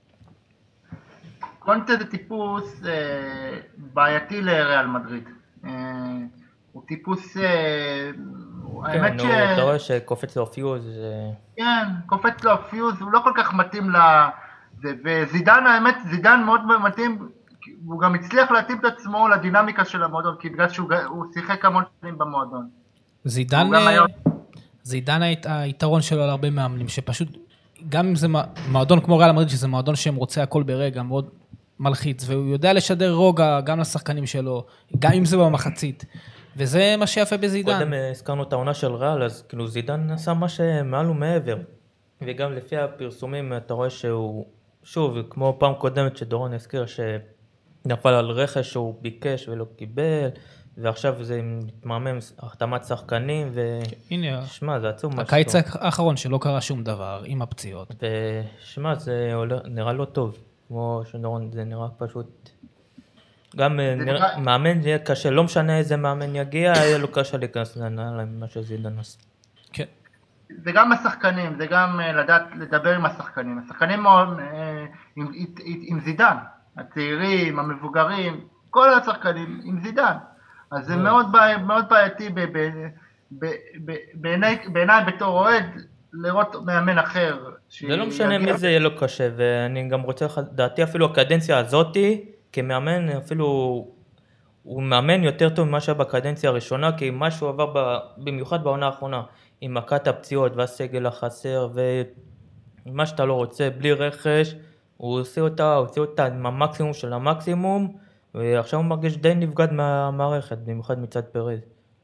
קונטה זה טיפוס אה, בעייתי לריאל מדריד. אה, הוא טיפוס, אה, האמת כן, ש... נו, אתה רואה שקופץ לו פיוז, זה... כן, קופץ לו הפיוז, הוא לא כל כך מתאים ל... זה, וזידן, האמת, זידן מאוד מתאים, הוא גם הצליח להתאים את עצמו לדינמיקה של המועדון, כי בגלל שהוא הוא שיחק המון שנים במועדון. זידן, הוא גם היה- זידן היית- היתרון שלו על הרבה מאמנים, שפשוט, גם אם זה מ- מועדון כמו ריאל מדריד, שזה מועדון שהם רוצה הכל ברגע, מאוד מלחיץ, והוא יודע לשדר רוגע גם לשחקנים שלו, גם אם זה במחצית, וזה מה שיפה בזידן. קודם אה, הזכרנו את העונה של ריאל, אז כאילו זידן עשה מה שמעל ומעבר. וגם לפי הפרסומים אתה רואה שהוא, שוב, כמו פעם קודמת שדורון הזכיר שנפל על רכש שהוא ביקש ולא קיבל, ועכשיו זה מתמרמם החתמת שחקנים, הנה, ושמע, זה עצוב מה הקיץ האחרון שלא קרה שום דבר עם הפציעות. ושמע, זה עולה, נראה לא טוב, כמו שדורון, זה נראה פשוט... גם אה, נראה, נראה- מאמן יהיה קשה, לא משנה איזה מאמן יגיע, יהיה לו קשה להיכנס לנעליים, מה שזידן עשה. כן. זה גם השחקנים, זה גם אה, לדעת לדבר עם השחקנים. השחקנים מאוד, אה, עם, עם, עם זידן, הצעירים, המבוגרים, כל השחקנים עם זידן. אז זה מאוד, בעי- מאוד בעייתי ב- ב- ב- ב- בעיניי בעיניי בתור אוהד לראות מאמן אחר. זה לא משנה שיגיע- מי זה יהיה לו קשה, ואני גם רוצה לך, דעתי אפילו הקדנציה הזאתי, כמאמן, אפילו הוא מאמן יותר טוב ממה שהיה בקדנציה הראשונה, כי מה שהוא עבר ב, במיוחד בעונה האחרונה, עם מכת הפציעות והסגל החסר, ומה שאתה לא רוצה, בלי רכש, הוא עושה אותה, הוא עושה אותה עם המקסימום של המקסימום, ועכשיו הוא מרגיש די נבגד מהמערכת, במיוחד מצד פרז.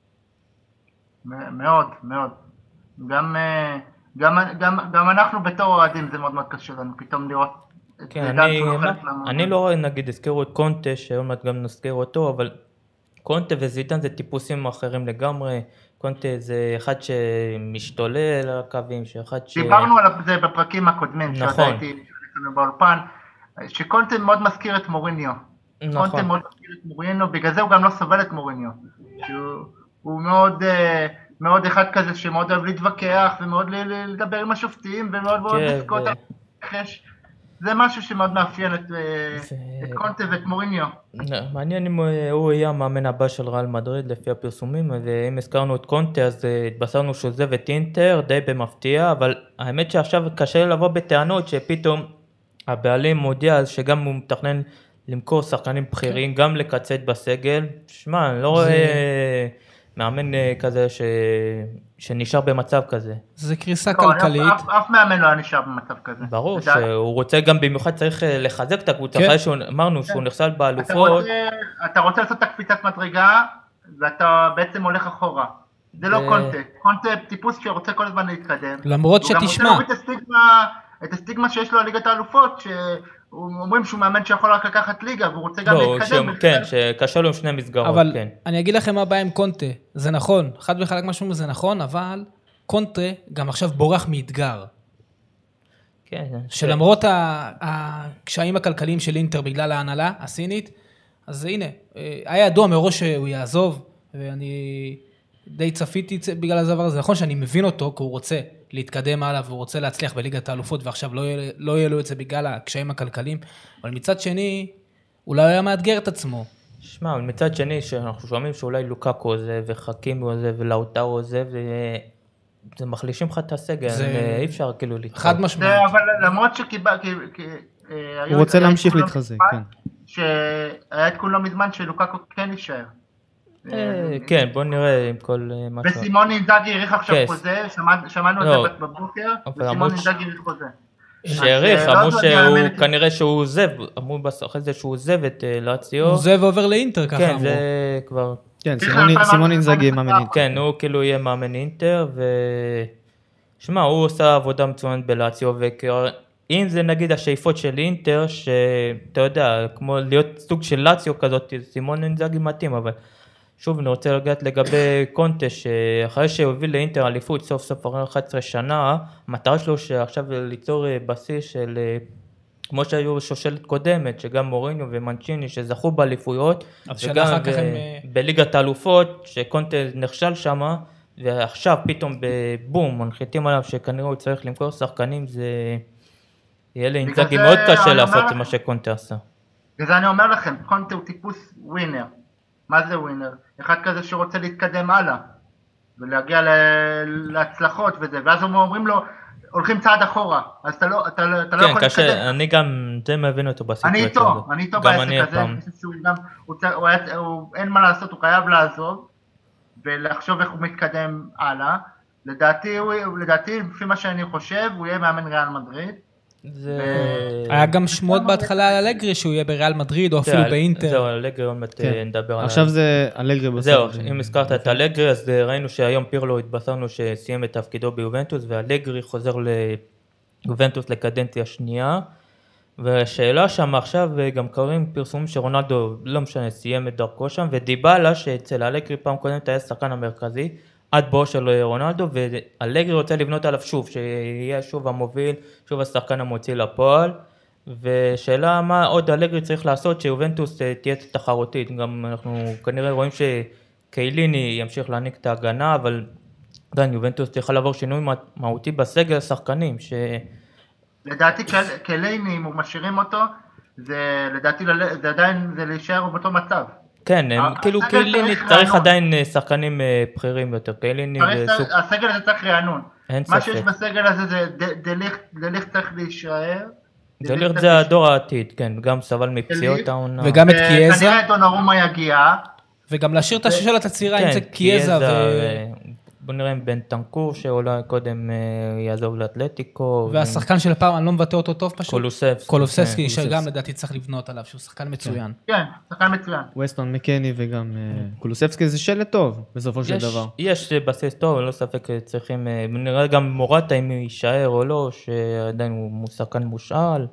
מ- מאוד, מאוד. גם, אה, גם, גם, גם אנחנו בתור אוהדים זה מאוד מאוד קשה לנו, פתאום לראות את כן, זידן אני, שהוא לא מה, חלק מהמועדון. אני לא רואה, נגיד, הזכירו את קונטה, שעוד מעט גם נזכיר אותו, אבל קונטה וזידן זה טיפוסים אחרים לגמרי. קונטה זה אחד שמשתולל על הקווים, שאחד ש... דיברנו על זה בפרקים הקודמים, נכון. שעוד הייתי אצלנו באולפן, שקונטה מאוד מזכיר את מוריניו. קונטה נכון, מאוד מזכיר את מוריניו, בגלל זה הוא גם לא סובל את מוריניו. שהוא הוא מאוד, אה, מאוד אחד כזה שמאוד אוהב להתווכח, ומאוד ל- ל- לדבר עם השופטים, ומאוד מאוד כן, לזכות ו- על רכש. זה משהו שמאוד מאפיין את, את קונטה ואת מוריניו. מעניין אם הוא יהיה המאמן הבא של ריאל מדריד לפי הפרסומים, ואם הזכרנו את קונטה אז התבשרנו שהוא עוזב את אינטר די במפתיע, אבל האמת שעכשיו קשה לבוא בטענות שפתאום הבעלים מודיע שגם הוא מתכנן למכור שחקנים בכירים, גם לקצץ בסגל. שמע, אני לא רואה מאמן כזה ש... שנשאר במצב כזה. זה קריסה כלכלית. אף, אף מאמן לא נשאר במצב כזה. ברור שהוא רוצה גם במיוחד צריך לחזק את הקבוצה, אחרי שאמרנו שהוא נכשל באלופות. אתה רוצה לעשות את הקפיצת מדרגה, ואתה בעצם הולך אחורה. זה לא קונטה. קונטה טיפוס שרוצה כל הזמן להתקדם. למרות שתשמע. הוא גם רוצה להוריד את הסטיגמה שיש לו על ליגת האלופות, שאומרים שהוא מאמן שיכול רק לקחת ליגה, והוא רוצה גם להתקדם. כן, שקשה לו עם שני מסגרות. אבל אני אגיד לכם מה הבעיה עם קונטה. זה נכון, חד וחלק משהו זה נכון, אבל קונטה גם עכשיו בורח מאתגר. כן. שלמרות הקשיים הכלכליים של אינטר בגלל ההנהלה הסינית, אז הנה, היה ידוע מראש שהוא יעזוב, ואני די צפיתי בגלל הדבר הזה. נכון שאני מבין אותו, כי הוא רוצה להתקדם הלאה, והוא רוצה להצליח בליגת האלופות, ועכשיו לא יהיה, לא יהיה לו את זה בגלל הקשיים הכלכליים, אבל מצד שני, אולי היה מאתגר את עצמו. שמע, אבל מצד שני, שאנחנו שומעים שאולי לוקאקו עוזב, וחכימי עוזב, ולאוטארו עוזב, זה מחלישים לך את הסגל, זה... אי אפשר כאילו להתחזק. חד משמעית. אבל למרות שקיבל... הוא רוצה להמשיך להתחזק, כן. שהיה את כולו מזמן שלוקאקו כן יישאר. כן, בוא נראה עם כל משהו. וסימון אינזאגי העריך עכשיו חוזה, שמענו את זה בבוקר, וסימון אינזאגי העריך חוזה. שהעריך, אמרו שהוא, כנראה שהוא עוזב, אמרו אחרי זה שהוא עוזב את לאציו. הוא עוזב ועובר לאינטר, ככה אמרו. כן, זה כבר... כן, סימון אינזאגי מאמן אינטר. כן, הוא כאילו יהיה מאמן אינטר, ו... שמע, הוא עושה עבודה מצוינת בלאציו, ואם זה נגיד השאיפות של אינטר, שאתה יודע, כמו להיות סוג של לאציו כזאת, סימון אינזאגי מתאים, אבל... שוב, אני רוצה לגעת לגבי קונטה, שאחרי שהוא הוביל לאינטר אליפות סוף סוף אחת עשרה שנה, המטרה שלו שעכשיו ליצור בסיס של, כמו שהיו שושלת קודמת, שגם מוריניו ומנצ'יני שזכו באליפויות, וגם ב- הם... בליגת האלופות, שקונטה נכשל שם, ועכשיו פתאום בבום, מנחיתים עליו שכנראה הוא צריך למכור שחקנים, זה יהיה לאינזאגי מאוד קשה לעשות לכם... מה שקונטה עשה. וזה אני אומר לכם, קונטה הוא טיפוס ווינר. מה זה ווינר? אחד כזה שרוצה להתקדם הלאה, ולהגיע להצלחות וזה, ואז אומרים לו, הולכים צעד אחורה, אז אתה לא, אתה, אתה לא כן, יכול קשה, להתקדם. כן, אני גם די מבין אותו בסיטואציה. אני איתו, אני איתו בעסק הזה, שהוא גם, הוא, הוא, הוא, הוא, אין מה לעשות, הוא חייב לעזוב, ולחשוב איך הוא מתקדם הלאה. לדעתי, הוא, לדעתי, לפי מה שאני חושב, הוא יהיה מאמן ריאל מדריד. זה... היה גם שמות בהתחלה על אלגרי שהוא יהיה בריאל מדריד או אפילו באינטר. זהו, אלגרי עוד מעט נדבר עליו. עכשיו זה אלגרי בסוף. זהו, אם הזכרת את אלגרי, אז ראינו שהיום פירלו התבשרנו שסיים את תפקידו ביובנטוס, ואלגרי חוזר ליובנטוס לקדנציה שנייה, והשאלה שם עכשיו, גם קוראים פרסומים שרונלדו לא משנה, סיים את דרכו שם, ודיבאלה שאצל אלגרי פעם קודמת היה שחקן המרכזי, עד בואו של רונלדו, ואלגרי רוצה לבנות עליו שוב, שיהיה שוב המוביל, שוב השחקן המוציא לפועל, ושאלה מה עוד אלגרי צריך לעשות, שיובנטוס תהיה תחרותית, גם אנחנו כנראה רואים שקייליני ימשיך להעניק את ההגנה, אבל עדיין יובנטוס צריכה לעבור שינוי מהותי בסגל השחקנים, ש... לדעתי קייליני, אם הוא משאירים אותו, זה לדעתי, זה עדיין זה להישאר באותו מצב. כן, כאילו קייליני צריך עדיין שחקנים בכירים יותר, קייליני וסוג... הסגל הזה צריך רענון. מה שיש בסגל הזה זה דליכט צריך להישאר. דליכט זה הדור העתיד, כן, גם סבל מפציעות העונה. וגם את קיאזה. כנראה את דונרומה יגיע. וגם להשאיר את השושלת הצעירה, אם זה קיאזה ו... בוא נראה עם בן טנקור שאולי קודם יעזוב לאתלטיקו. והשחקן של הפעם, אני לא מבטא אותו טוב פשוט. קולוסבסקי. קולוסבסקי, שגם לדעתי צריך לבנות עליו, שהוא שחקן מצוין. כן, שחקן מצוין. ווסטון מקני וגם קולוסבסקי זה שלט טוב, בסופו של דבר. יש בסיס טוב, לא ספק צריכים, נראה גם מורטה אם הוא יישאר או לא, שעדיין הוא שחקן מושאל.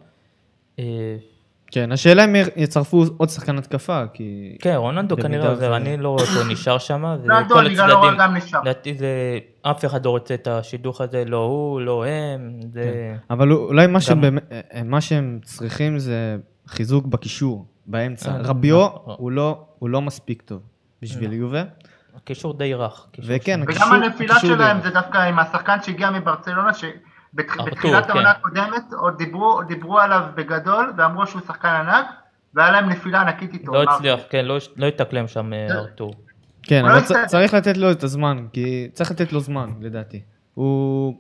כן, השאלה אם יצרפו עוד שחקן התקפה, כי... כן, רונלדו כנראה עוזר, אני לא רואה אותו נשאר שם, רונלדו אני גם לא רואה גם נשאר. לדעתי זה, אף אחד לא רוצה את השידוך הזה, לא הוא, לא הם, זה... אבל אולי מה שהם צריכים זה חיזוק בקישור, באמצע. רביו הוא לא מספיק טוב בשביל יובה. הקישור די רך. וכן, וגם הנפילה שלהם זה דווקא עם השחקן שהגיע מברצלונה, בתחילת העונה הקודמת עוד דיברו, דיברו עליו בגדול, ואמרו שהוא שחקן ענק, והיה להם נפילה ענקית איתו. לא הצליח, כן, לא, לא התאקלם שם ארתור. כן, אבל צ- צריך לתת לו את הזמן, כי צריך לתת לו זמן, לדעתי. הוא...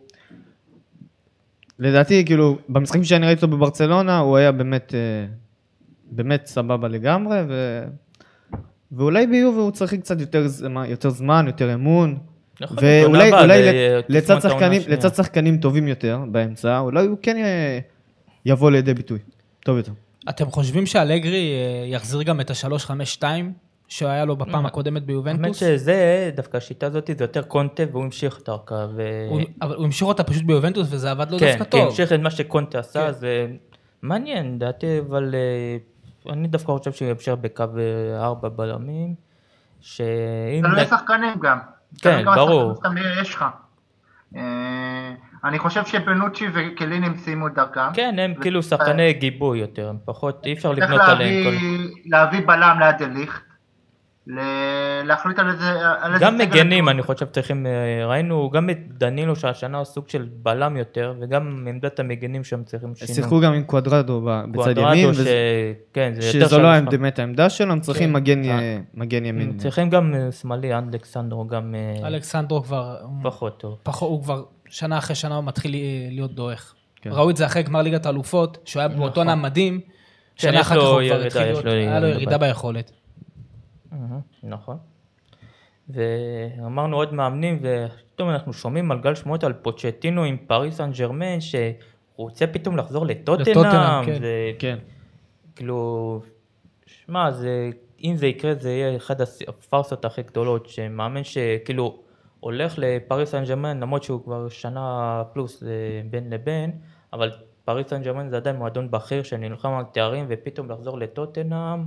לדעתי, כאילו, במשחקים שאני ראיתי אותו בברצלונה, הוא היה באמת, באמת סבבה לגמרי, ו... ואולי ביובה הוא צריך קצת יותר, יותר זמן, יותר אמון, ואולי אולי לצד שחקנים, לצד שחקנים טובים יותר באמצע, אולי הוא כן יבוא לידי ביטוי, טוב יותר. אתם חושבים שאלגרי יחזיר גם את ה-שלוש חמש שתיים שהיה לו בפעם הקודמת ביובנטוס? האמת שזה, דווקא השיטה הזאת זה יותר קונטה, והוא המשיך את הרכה. אבל הוא המשיך אותה פשוט ביובנטוס, וזה עבד לו כן, דווקא כן, טוב. כן, המשיך את מה שקונטה עשה, זה מעניין, דעתי, אבל אני דווקא חושב שהוא ימשיך בקו ארבע בלמים, שאם... זה לא שחקנים גם. כן, ברור. יש לך. אני חושב שבנוצ'י וקלינים סיימו את דרכם. כן, הם כאילו שחקני גיבוי יותר, הם פחות, אי אפשר לבנות עליהם. צריך להביא בלם ליד הליכט, להחליט על איזה... גם מגנים, אני חושב, צריכים, ראינו גם את דנילו שהשנה הוא סוג של בלם יותר, וגם עמדת המגנים שהם צריכים שינוי. שיחקו גם עם קואדרדו בצד ימין, שזו לא באמת העמדה שלהם, צריכים מגן ימין. צריכים גם שמאלי, אלכסנדרו גם... אלכסנדרו כבר... פחות טוב. הוא כבר שנה אחרי שנה הוא מתחיל להיות דועך. ראו את זה אחרי גמר ליגת האלופות, שהוא היה באותו נמדים, שנה אחר כך הוא כבר התחיל להיות, היה לו ירידה ביכולת. נכון. ואמרנו עוד מאמנים, ופתאום אנחנו שומעים על גל שמועות על פוצ'טינו עם פריס סן ז'רמן, שהוא רוצה פתאום לחזור לטוטנהאם. כן. כאילו, שמע, אם זה יקרה, זה יהיה אחד הפרסות הכי גדולות, שמאמן שכאילו הולך לפריס סן ז'רמן, למרות שהוא כבר שנה פלוס בין לבין, אבל פריס סן ז'רמן זה עדיין מועדון בכיר שנלחם על תארים, ופתאום לחזור לטוטנהאם.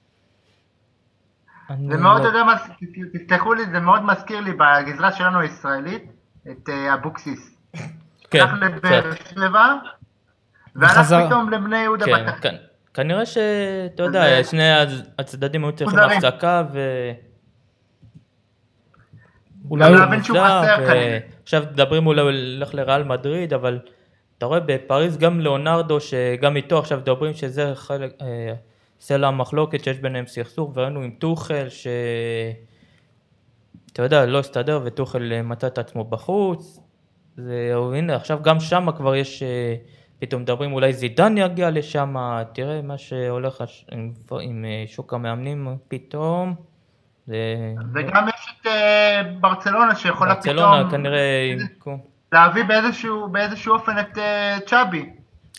זה מאוד, תפתחו לי, זה מאוד מזכיר לי בגזרה שלנו הישראלית, את אבוקסיס. כן, הלך לבאר שבע, והלך פתאום לבני יהודה בתחתית. כן, כנראה שאתה יודע, שני הצדדים היו צריכים הפסקה, ו... אולי להבין שהוא חסר כנראה. עכשיו מדברים אולי הולך לריאל מדריד, אבל אתה רואה בפריז גם ליאונרדו, שגם איתו עכשיו מדברים שזה חלק... סלע המחלוקת שיש ביניהם סכסוך, וראינו עם טוחל ש... אתה יודע, לא הסתדר, וטוחל מצא את עצמו בחוץ. זה... הנה, עכשיו גם שם כבר יש, פתאום מדברים, אולי זידן יגיע לשם, תראה מה שהולך עם, עם שוק המאמנים פתאום. זה... וגם יש את ברצלונה שיכולה פתאום... ברצלונה כנראה... להביא באיזשהו, באיזשהו אופן את צ'אבי.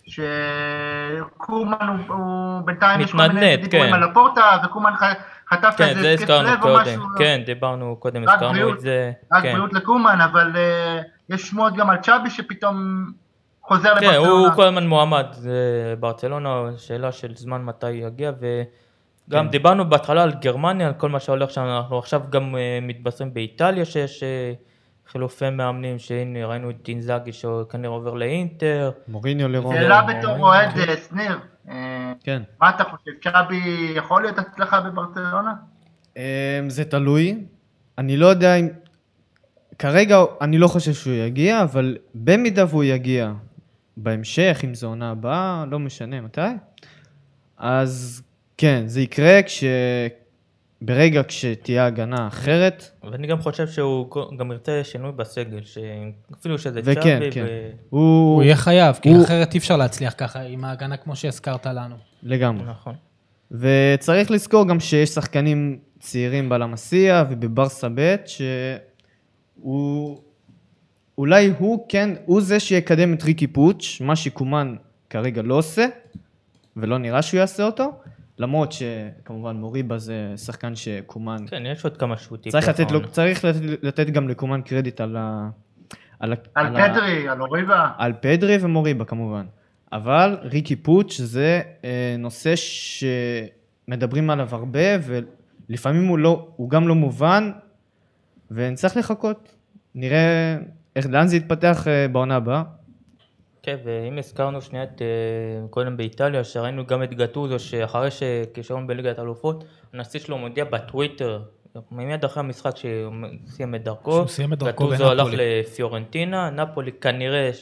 שקומן הוא בינתיים יש כל מיני דיבורים על הפורטה, וקומן חטף איזה התקף לב או משהו. כן, דיברנו קודם, הזכרנו את זה. רק בריאות לקומן, אבל יש שמועות גם על צ'אבי שפתאום חוזר לברצלונה. כן, הוא כל הזמן מועמד, זה ברצלונה, שאלה של זמן מתי יגיע, וגם דיברנו בהתחלה על גרמניה, על כל מה שהולך שם, אנחנו עכשיו גם מתבשרים באיטליה שיש... חילופי מאמנים, שהנה ראינו את אינזאגי שכנראה עובר לאינטר. מוריניו לרומא. שאלה בתור אוהד, שניר. כן. מה אתה חושב? צ'אבי יכול להיות הצלחה בברצלונה? זה תלוי. אני לא יודע אם... כרגע אני לא חושב שהוא יגיע, אבל במידה והוא יגיע בהמשך, אם זו עונה הבאה, לא משנה מתי, אז כן, זה יקרה כש... ברגע כשתהיה הגנה אחרת. ואני גם חושב שהוא גם ירצה שינוי בסגל, אפילו שזה וכן, צ'אבי. כן. ו... הוא... הוא יהיה חייב, כי הוא... אחרת אי אפשר להצליח ככה עם ההגנה כמו שהזכרת לנו. לגמרי. נכון. וצריך לזכור גם שיש שחקנים צעירים בלמסיה ובברסה ב' שהוא... אולי הוא כן, הוא זה שיקדם את ריקי פוץ', מה שקומן כרגע לא עושה, ולא נראה שהוא יעשה אותו. למרות שכמובן מוריבה זה שחקן שקומן... כן, יש עוד כמה שוטים. צריך לתת, לו, צריך לתת, לתת גם לקומן קרדיט על ה... על, על, על פדרי, ה... על מוריבה. על פדרי ומוריבה כמובן. אבל ריקי פוץ' זה אה, נושא שמדברים עליו הרבה, ולפעמים הוא, לא, הוא גם לא מובן, ונצטרך לחכות. נראה איך, לאן זה יתפתח אה, בעונה הבאה. כן, ואם הזכרנו שנייה את קודם באיטליה, שראינו גם את גטוזו, שאחרי שכישרון בליגת האלופות, הנשיא שלו מודיע בטוויטר, מיד אחרי המשחק שהוא סיים את דרכו, גטוזו הלך לפיורנטינה, נפולי כנראה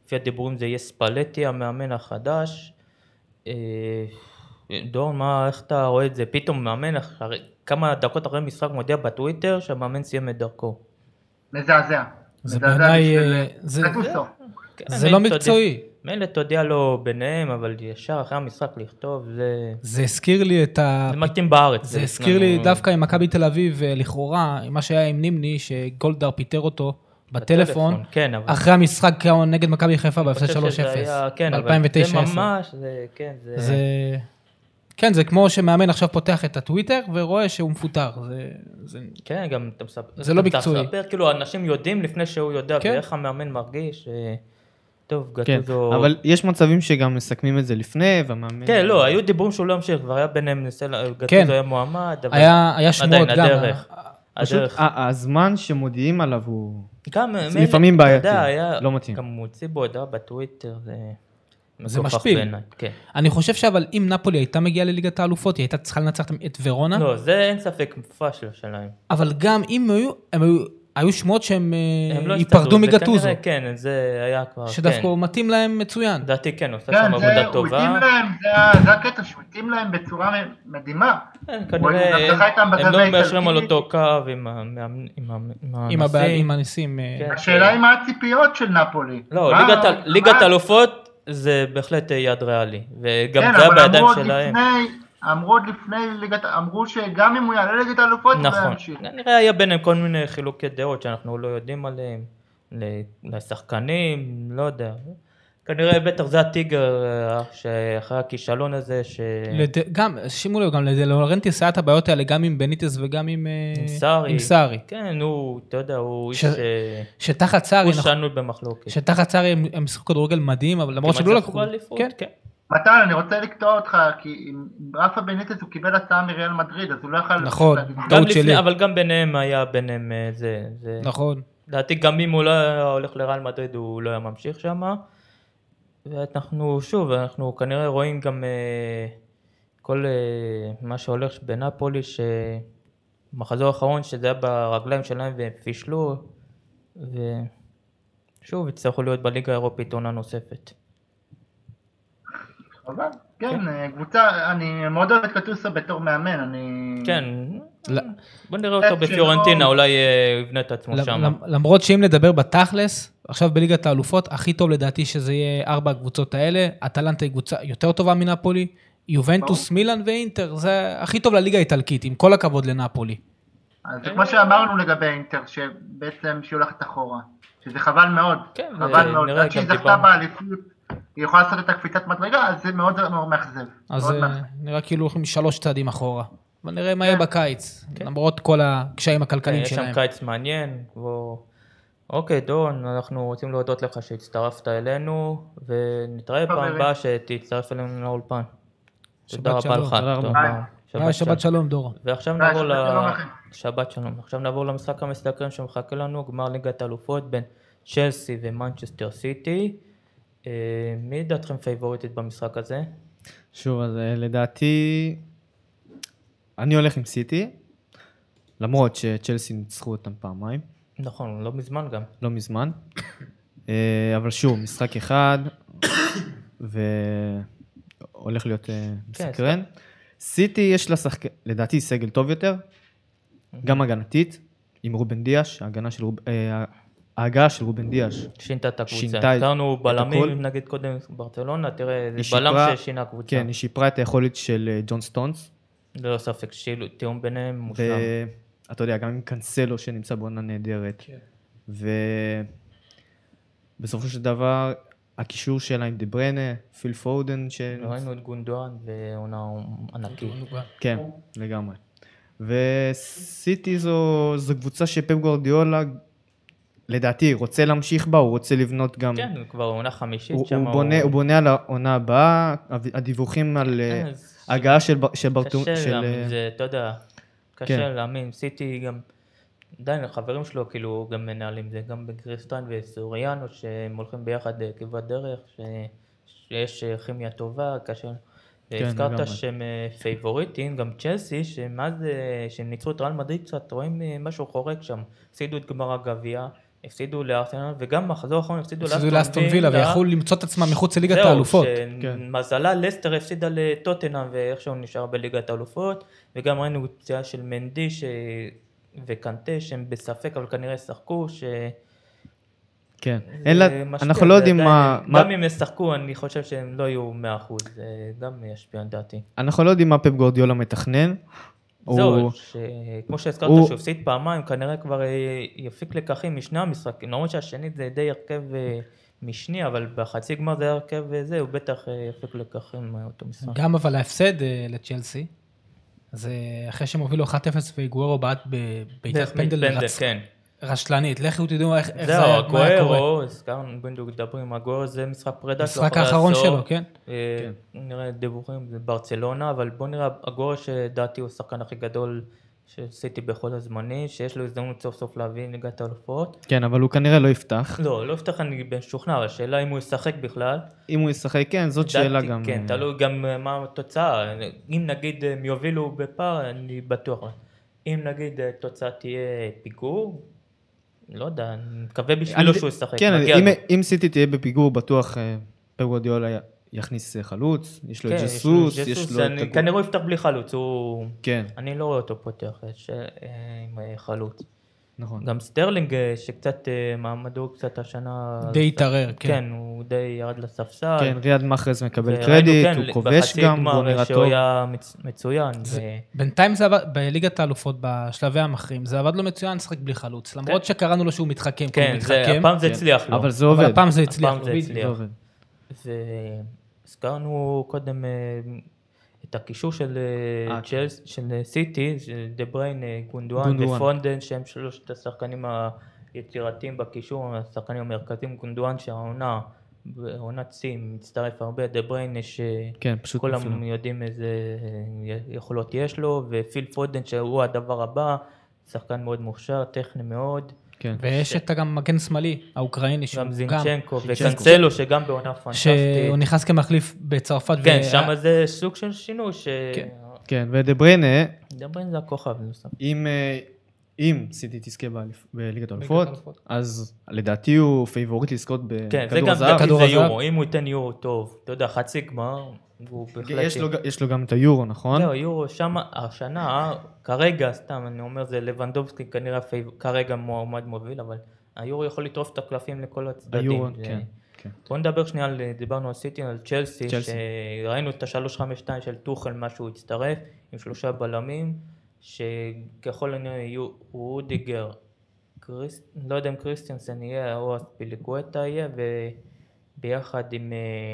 לפי הדיבורים זה יהיה ספלטי, המאמן החדש. דורון, מה, איך אתה רואה את זה? פתאום מאמן, אחרי, כמה דקות אחרי משחק מודיע בטוויטר שהמאמן סיים את דרכו. מזעזע. זה מזעזע בעיניי, בשביל אה, זה- קטוסו. זה לא מקצועי. מילא תודיע לו ביניהם, אבל ישר אחרי המשחק לכתוב, זה... זה הזכיר לי את ה... זה מתאים בארץ. זה הזכיר לי דווקא עם מכבי תל אביב, לכאורה, עם מה שהיה עם נימני, שגולדהר פיטר אותו בטלפון, כן, אבל... אחרי המשחק נגד מכבי חיפה אני בהפסד חושב שלוש שזה אפס, היה- כן, אבל ב-אלפיים ותשע זה עשרה. ממש, זה, כן, זה... זה... כן, זה כמו שמאמן עכשיו פותח את הטוויטר ורואה שהוא מפוטר. זה... זה... כן, גם אתה מספר... זה לא אתה מקצועי. מספר, כאילו, אנשים יודעים לפני שהוא יודע, כן. ואיך המאמן מרגיש. אה, טוב, כן, גטוזו... אבל יש מצבים שגם מסכמים את זה לפני, והמאמן... כן, לא, היו דיבורים שהוא לא המשיך, כבר היה ביניהם, כן. גטוזו היה מועמד, אבל... היה, היה שמועות עדיין, גם. הדרך. פשוט הדרך. ה- הזמן שמודיעים עליו הוא... גם... זה מילא, לפעמים אתה בעייתי, יודע, היה- לא מתאים. גם מוציא בו הודעה בטוויטר, זה... זה מגוחך משפיל. בעיניי, כן. אני חושב שאבל אם נפולי הייתה מגיעה לליגת האלופות, היא הייתה צריכה לנצח את ורונה, לא, זה אין ספק פאשל שלהם. אבל גם אם היו, הם היו, היו שמועות שהם אה, הם לא ייפרדו הסתדרו, זה מגטוזו, כנראה, כן, זה היה כבר... שדווקא כן. הוא מתאים להם מצוין. לדעתי כן, עושה כן, שם זה- עבודה הוא טובה. התאים להם, זה ה- זה הקטע, שהוא התאים להם בצורה מדהימה. כן, הוא כנראה גם זכה איתם הם בגביע לא מיישרים על האיטלקי. אותו קו עם המאמנים- עם המ- עם הבעל, הנשיא. עם הניסים. אה, כן. השאלה היא מה הציפיות של נפולי. לא, מה- ליגת ה- מה- ליגת אלופות זה בהחלט יד ריאלי, וגם כן, זה היה אבל בידיים אמרו עוד שלהם. לפני, אמרו עוד לפני ליגת, אמרו שגם אם הוא יעלה לליגת האלופות, הוא לא נכון, ימשיך. כנראה היה ביניהם כל מיני חילוקי דעות שאנחנו לא יודעים עליהם, ל- לשחקנים, לא יודע. כנראה בטח זה הטיגר אה, שאחרי הכישלון הזה, ש... לד- גם, שימו לב, גם לדלורנטיס היה את הבעיות האלה, גם עם בניטס וגם עם אה, עם סארי. עם סארי. כן, הוא, אתה יודע, הוא איש... ש- אה, שתחת סארי, הוא נכון, שנוי במחלוקת. שתחת סארי הם הם שיחקו כדורגל מדהים, אבל למרות כמעט שהם לא זכו לקחו. באליפות, כן. כן. מתן, אני רוצה לקטוע אותך, כי עם רפה בניטס הוא קיבל הצעה מריאל מדריד, אז הוא לא יכל... נכון. להגיד- גם טעות לפני, שלי. אבל גם ביניהם היה ביניהם אה, זה, זה... נכון. לדעתי גם אם הוא לא היה הולך לריאל מדריד הוא לא היה ממשיך שם. ואנחנו שוב, אנחנו כנראה רואים גם אה, כל אה, מה שהולך בנפולי, שמחזור האחרון שזה היה ברגליים שלהם והם פישלו, ושוב יצטרכו להיות בליגה האירופית עונה נוספת. אבל, כן, קבוצה, אני מאוד אוהב את קטוסו בתור מאמן, אני... כן, לא. בוא נראה אותו בפיורנטינה, אולי אה, יבנה את עצמו למ- שם. למ- למרות שאם נדבר בתכלס, עכשיו בליגת האלופות, הכי טוב לדעתי שזה יהיה ארבע הקבוצות האלה, אטלנטה היא קבוצה יותר טובה מנפולי, יובנטוס, מילאן ואינטר, זה הכי טוב לליגה האיטלקית, עם כל הכבוד לנפולי. אז זה כמו שאמרנו לגבי אינטר, שבעצם שהיא הולכת אחורה, שזה חבל מאוד, כן, חבל ו- מאוד, נראה, עד שהיא גם זכתה דיברנו. באליפות, היא יכולה לעשות את הקפיצת מדרגה, אז זה מאוד מאוד מאכזב. אז מאוד אה, מאכזב. נראה כאילו הולכים שלוש צעדים אחורה. אבל נראה מה יהיה בקיץ, למרות כל הקשיים הכלכליים יש שם שלהם. קיץ מעניין. ו... אוקיי, דון, אנחנו רוצים להודות לך שהצטרפת אלינו, ונתראה פעם חברים. הבאה שתצטרף אלינו לאולפן. שבת תודה רבה שלום. לך. תודה רבה. תודה. ביי, שבת שלום, דורון. ועכשיו ביי, נעבור שבת ל... שלום לכם. שבת שלום. עכשיו נעבור למשחק המסתקרן שמחכה לנו, גמר ליגת האלופות בין צ'לסי ומנצ'סטר סיטי. אה, מי דעתכם פייבוריטית במשחק הזה? שוב, אז אה, לדעתי, אני הולך עם סיטי, למרות שצ'לסי ניצחו אותם פעמיים, נכון, לא מזמן גם. לא מזמן. אה, אבל שוב, משחק אחד, והולך להיות אה, כן, מסקרן. סיטי יש לה שחק... לדעתי סגל טוב יותר, גם הגנתית, עם רובן דיאש, ההגנה של רוב... אה, ההגעה של רובן דיאש. שינתה את הקבוצה. שינתה את- הכרנו את בלמים, הכל. אם נגיד קודם ברצלונה, תראה, היא זה בלם שיפרה- ששינה הקבוצה. כן, היא שיפרה את היכולת של אה, ג'ון סטונס, ללא ספק, שילו, תיאום ביניהם מושלם. ואתה יודע, גם עם קנסלו שנמצא בעונה נהדרת. ובסופו של דבר, הקישור שלה עם דה בריינה, פיל פודן, ש... ראינו את גונדואן ועונה ענקית. כן, לגמרי. וסיטי זו, זו קבוצה שפפ גוארדיולה, לדעתי, רוצה להמשיך בה, הוא רוצה לבנות גם... כן, כבר עונה חמישית הוא, שם. הוא, בונה, הוא בונה על העונה הבאה, הדיווחים על אה, אז הגעה של, בר- של ברטון... קשה של, להאמין, אה, זה, אתה יודע, כן. קשה להאמין. סיטי גם, עדיין החברים שלו כאילו גם מנהלים זה, גם בקריסטיין וסוריאנו, שהם הולכים ביחד אה, כברת דרך, ש... שיש אה, כימיה טובה, קשה. והזכרת לגמרי. שהם אה, פייבוריטים, גם צ'לסי, שמאז אה, שהם ניצחו את ריאל מדריד קצת, רואים אה, משהו חורק שם. הפסידו את גמר הגביע, הפסידו לארסנל, וגם מחזור האחרון הפסידו הפסידו לאסטון וילה, ויכולו למצוא את עצמם מחוץ לליגת האלופות. זהו, שמזלה לסטר הפסידה לטוטנהאם, ואיכשהו נשאר בליגת האלופות, וגם ראינו פציעה של מנדי ש... וקנטה, שהם בספק, אבל כנראה ישחקו, ש... כן, אלא, אנחנו לא יודעים מה... גם אם ישחקו, אני חושב שהם לא יהיו מאה אחוז, זה גם ישפיע על דעתי. אנחנו לא יודעים מה פפ גוארדיולה מתכנן. זהו, כמו שהזכרת שהוא הפסיד פעמיים, כנראה כבר יפיק לקחים משני המשחקים, למרות שהשנית זה די הרכב משני, אבל בחצי גמר זה הרכב וזה, הוא בטח יפיק לקחים מאותו משחק. גם אבל ההפסד לצ'לסי, זה אחרי שהם הובילו אחת אפס ואגוארו בעט בבעיטת פנדל רשלנית, לכו תדעו איך זה היה, מה היה קורה. זהו, הזכרנו בדיוק מדברים, אגוארו זה משחק פרידה שלו. משחק האחרון שלו, כן? נראה דיווחים, זה ברצלונה, אבל בוא נראה, אגוארו שדעתי הוא השחקן הכי גדול שעשיתי בכל הזמני, שיש לו הזדמנות סוף סוף להביא ליגת האלופות. כן, אבל הוא כנראה לא יפתח. לא, לא יפתח, אני משוכנע, אבל השאלה אם הוא ישחק בכלל. אם הוא ישחק, כן, זאת שאלה גם. כן, תלוי גם מה התוצאה. אם נגיד הם יובילו בפער, אני בטוח. אם נגיד התוצאה תהיה פיגור, לא יודע, אני מקווה בשבילו שהוא ישחק. כן, אם סיטי תהיה בפיגור, בטוח פפ גוארדיולה יכניס חלוץ, יש לו את ג'סוס, יש לו את... כנראה הוא יפתח בלי חלוץ, אני לא רואה אותו פותח עם חלוץ. נכון. גם סטרלינג שקצת מעמדו קצת השנה... די התערער, כן. כן, הוא די ירד לספסל. כן, ריאד מחרז מקבל קרדיט, הוא כובש גם, הוא נראה טוב. שהוא היה מצוין. בינתיים זה עבד, בליגת האלופות, בשלבי המכריעים, זה עבד לו מצוין, שחק בלי חלוץ, למרות שקראנו לו שהוא מתחכם. כן, הפעם זה הצליח לו. אבל זה עובד. הפעם זה הצליח לו. והזכרנו קודם את הקישור של צ'לסי, של סיטי, דה בריין, גונדואן ופונדן, שהם שלושת השחקנים היצירתיים בקישור, השחקנים המרכזיים, גונדואן שהעונה, עונת סי, מצטרף הרבה, דה בריין שכולם יודעים איזה יכולות יש לו, ופיל פודן שהוא הדבר הבא, שחקן מאוד מוכשר, טכני מאוד. ויש את גם מגן שמאלי, האוקראיני, גם זינצ'נקו וקנסלו, שגם בעונה פנטסטית. שהוא נכנס כמחליף בצרפת. כן, שם זה סוג של שינוי. כן, ודה בריינה, דה בריינה זה הכוכב. אם סיטי תזכה בליגת האלופות, אז לדעתי הוא פייבוריט לזכות בכדור הזהב. כן, זה גם זה יורו, אם הוא ייתן יורו טוב, אתה יודע, חצי גמר, יש לו גם את היורו, נכון? זהו, יורו, שם השנה, כרגע, סתם, אני אומר, זה לבנדובסקי כנראה כרגע מועמד מוביל, אבל היורו יכול לטרוף את הקלפים לכל הצדדים. היורו, כן. בוא נדבר שנייה, דיברנו על סיטי, על צ'לסי, שראינו את ה-שלוש חמש שתיים של טוחל, מה שהוא הצטרף, עם שלושה בלמים, שככל הנראה יהיו רודיגר, לא יודע אם קריסטיאנסן יהיה, או פיליקואטה יהיה, וביחד עם...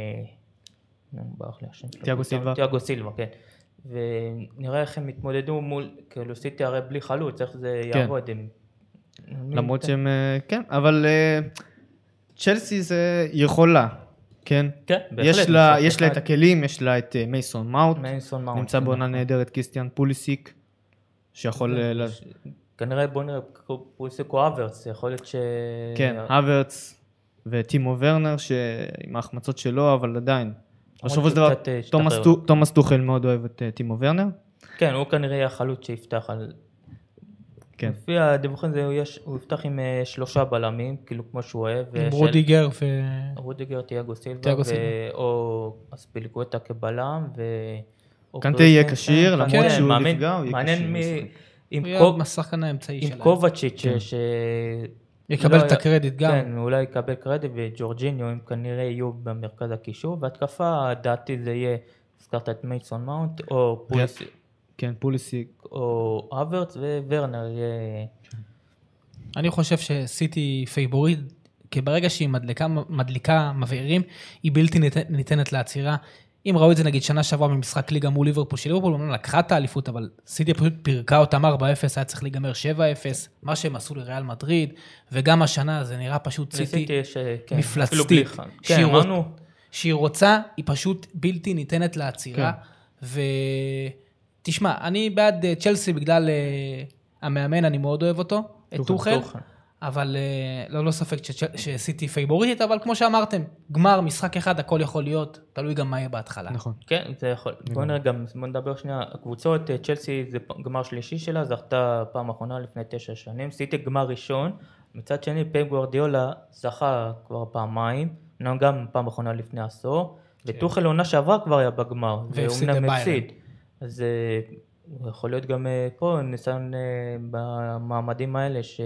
תיאגו סילבה. תיאגו סילבה, כן. ונראה איך הם מתמודדו מול, כאילו סיטי הרי בלי חלוץ, איך זה יעבוד. למרות שהם, כן, אבל צ'לסי זה יכולה, כן? כן, בהחלט. יש לה את הכלים, יש לה את מייסון מאוט, נמצא בעונה נהדרת קריסטיאן פוליסיק, שיכול... כנראה בוא נראה פוליסיק או אברץ, יכול להיות ש... כן, אברץ וטימו ורנר, עם ההחמצות שלו, אבל עדיין. בסופו של דבר, תומאס טוחל מאוד אוהב את טימו ורנר. כן, הוא כנראה יהיה החלוץ שיפתח על... כן. לפי הדיווחים זה הוא יפתח עם שלושה בלמים, כאילו כמו שהוא אוהב. עם רודיגר ו... רודיגר, תיאגו סילבה, או אספיליקואטה כבלם, ו... קנטה יהיה קשיר, למרות שהוא נפגע, הוא יהיה קשיר. הוא יהיה בשחקן האמצעי שלהם. עם קובצ'יץ' ש... יקבל את הקרדיט גם. כן, אולי יקבל קרדיט, וג'ורג'יניו הם כנראה יהיו במרכז הקישור, והתקפה, דעתי זה יהיה, הזכרת את מייסון מאונט, או פוליסיק. כן, פוליסיק. או אברץ וורנר יהיה... אני חושב שסיטי פייבוריט, כי ברגע שהיא מדליקה, מדליקה מבעירים, היא בלתי ניתנת לעצירה. אם ראו את זה נגיד שנה שעברה ממשחק ליגה מול ליברפול, שליברפול לקחה את האליפות, אבל סיטי פשוט פירקה אותם ארבע אפס, היה צריך להיגמר שבע אפס, מה שהם עשו לריאל מדריד, וגם השנה זה נראה פשוט סיטי מפלצתית, שהיא רוצה, היא פשוט בלתי ניתנת לעצירה, ותשמע, אני בעד צ'לסי בגלל המאמן, אני מאוד אוהב אותו, את טוחל, אבל לא, לא ספק שסיטי פייבוריטית, אבל כמו שאמרתם, גמר, משחק אחד, הכל יכול להיות, תלוי גם מה יהיה בהתחלה. נכון. כן, זה יכול. בוא נראה גם, בוא נדבר שנייה, הקבוצות, צ'לסי זה גמר שלישי שלה, זכתה פעם אחרונה לפני תשע שנים, סיטי גמר ראשון, מצד שני, פפ גוארדיולה זכה כבר פעמיים, גם פעם אחרונה לפני עשור, וטוחל עונה שעברה כבר היה בגמר, והפסיד ואומנם לביירן. הפסיד. אז הוא יכול להיות גם פה ניסיון במעמדים האלה, ש...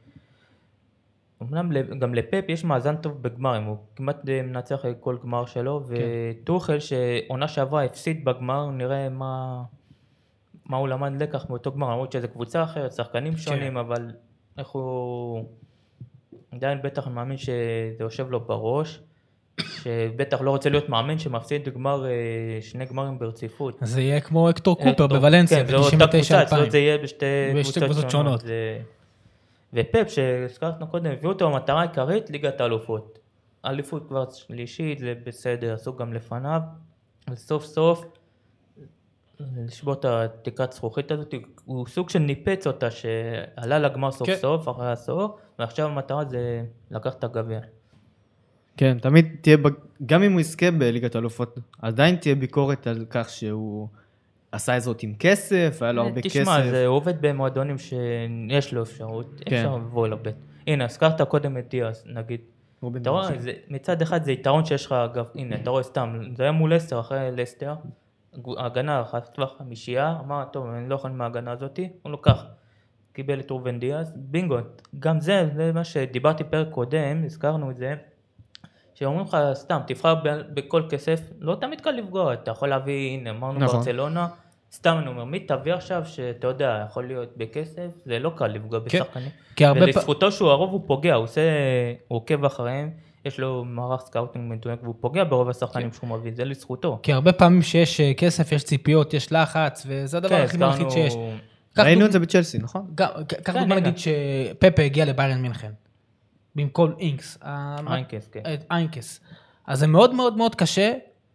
אמנם גם לפפ יש מאזן טוב בגמרים, הוא כמעט מנצח כל גמר שלו, וטוחל שעונה שעברה הפסיד בגמר, נראה מה, מה הוא למד לקח מאותו גמר, למרות שזה קבוצה אחרת, שחקנים שונים, אבל איך הוא... עדיין בטח אני מאמין שזה יושב לו בראש, שבטח לא רוצה להיות מאמן שמפסיד גמר, שני גמרים ברציפות. זה יהיה כמו אקטור קופר בוולנסיה, ב-תשעים ותשע אלפיים. זה יהיה בשתי קבוצות שונות. ופפ, שהזכרנו קודם, הביאו אותו המטרה העיקרית, ליגת האלופות. האליפות כבר שלישית, זה בסדר, עשו גם לפניו, וסוף סוף, לשבור את התקרת זכוכית הזאת, הוא סוג של ניפץ אותה, שעלה לגמר סוף סוף, אחרי העשור, ועכשיו המטרה זה לקח את הגביע. כן, תמיד תהיה, גם אם הוא יזכה בליגת האלופות, עדיין תהיה ביקורת על כך שהוא עשה את זאת עם כסף, היה לו הרבה כסף. תשמע, זה עובד במועדונים שיש לו אפשרות, אפשר לבוא אליו בית. הנה, הזכרת קודם את דיאז, נגיד. אתה רואה, מצד אחד זה יתרון שיש לך, אגב, הנה, אתה רואה סתם, זה היה מול לסטר, אחרי לסטר, ההגנה, טווח חמישייה, אמר, טוב, אני לא יכול מההגנה הזאת, הוא לוקח, קיבל את רובן דיאז, בינגו, גם זה, זה מה שדיברתי פרק קודם, הזכרנו את זה, שאומרים לך, סתם, תבחר בכל כסף, לא תמיד קל לפגוע, אתה יכול להביא, הנה, אמרנו ברצלונה, סתם אני אומר, מי תביא עכשיו שאתה יודע, יכול להיות בכסף, זה לא קל לפגוע בשחקנים. ולזכותו שהוא הרוב הוא פוגע, הוא עושה, הוא עוקב אחריהם, יש לו מערך סקאוטינג מדויק, והוא פוגע ברוב השחקנים שהוא מביא, זה לזכותו. כי הרבה פעמים שיש כסף, יש ציפיות, יש לחץ, וזה הדבר הכי מלחיץ שיש. ראינו את זה בצ'לסי, נכון? כך דוגמה נגיד שפפה הגיע לביירן מינכן. במקום אינקס. איינקס, כן. איינקס. אז זה מאוד מאוד מאוד קשה.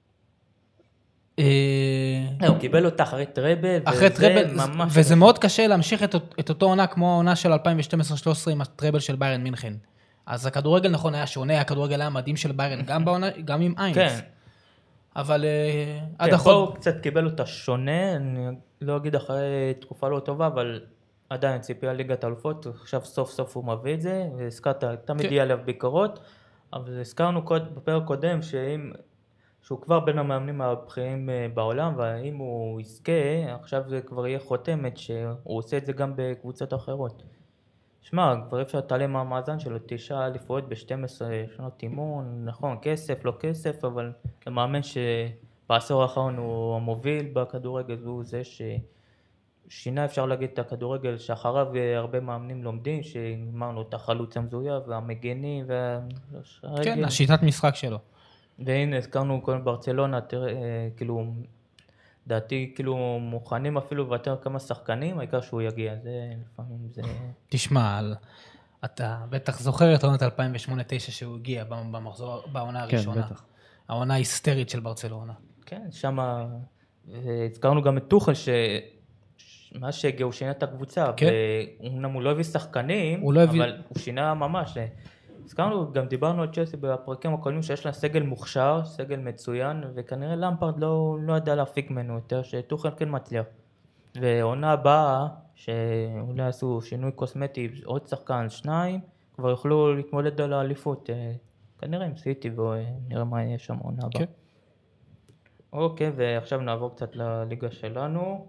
הוא קיבל אותה אחרי טראבל, אחרי טראבל, וזה מאוד קשה להמשיך את אותו עונה כמו העונה של אלפיים ושתים עשרה שלוש עשרה עם הטראבל של ביירן מינכן. אז הכדורגל נכון היה שונה, הכדורגל היה מדהים של ביירן, גם עם איינקס. אבל עד החוד... פה הוא קצת קיבל אותה שונה, אני לא אגיד אחרי תקופה לא טובה, אבל... עדיין ציפייה ליגת האלופות, עכשיו סוף סוף הוא מביא את זה, והזכרת, תמיד יהיה עליו ביקורות, אבל הזכרנו בפרק קודם שאם, שהוא כבר בין המאמנים הבכירים בעולם, ואם הוא יזכה, עכשיו זה כבר יהיה חותמת שהוא עושה את זה גם בקבוצות אחרות. שמע, כבר אפשר להתעלם מהמאזן שלו, תשע אליפויות ב-שתים עשרה שנות אימון, נכון, כסף, לא כסף, אבל המאמן שבעשור האחרון הוא המוביל בכדורגל, והוא זה ש... שינה אפשר להגיד את הכדורגל שאחריו הרבה מאמנים לומדים, שאמרנו את החלוץ המזויף והמגנים וה... כן, השיטת משחק שלו. והנה, הזכרנו קודם ברצלונה, תראה, כאילו, דעתי, כאילו, מוכנים אפילו לוותר כמה שחקנים, העיקר שהוא יגיע, זה לפעמים זה... תשמע, אתה בטח זוכר את עונת אלפיים ושמונה תשע שהוא הגיע במחזור, בעונה הראשונה. כן, בטח. העונה ההיסטרית של ברצלונה. כן, שמה, הזכרנו גם את טוחל ש... מה שהגיע, הוא שינה את הקבוצה, ואומנם הוא לא הביא שחקנים, אבל הוא שינה ממש. הזכרנו, גם דיברנו על צ'לסי בפרקים הקודמים שיש לה סגל מוכשר, סגל מצוין, וכנראה למפרד לא ידע להפיק ממנו יותר, שטוחל כן מצליח. ועונה הבאה, שאולי עשו שינוי קוסמטי, עוד שחקן, שניים, כבר יוכלו להתמודד על האליפות, כנראה עם סיטי, ונראה מה יהיה שם עונה הבאה. אוקיי, ועכשיו נעבור קצת לליגה שלנו.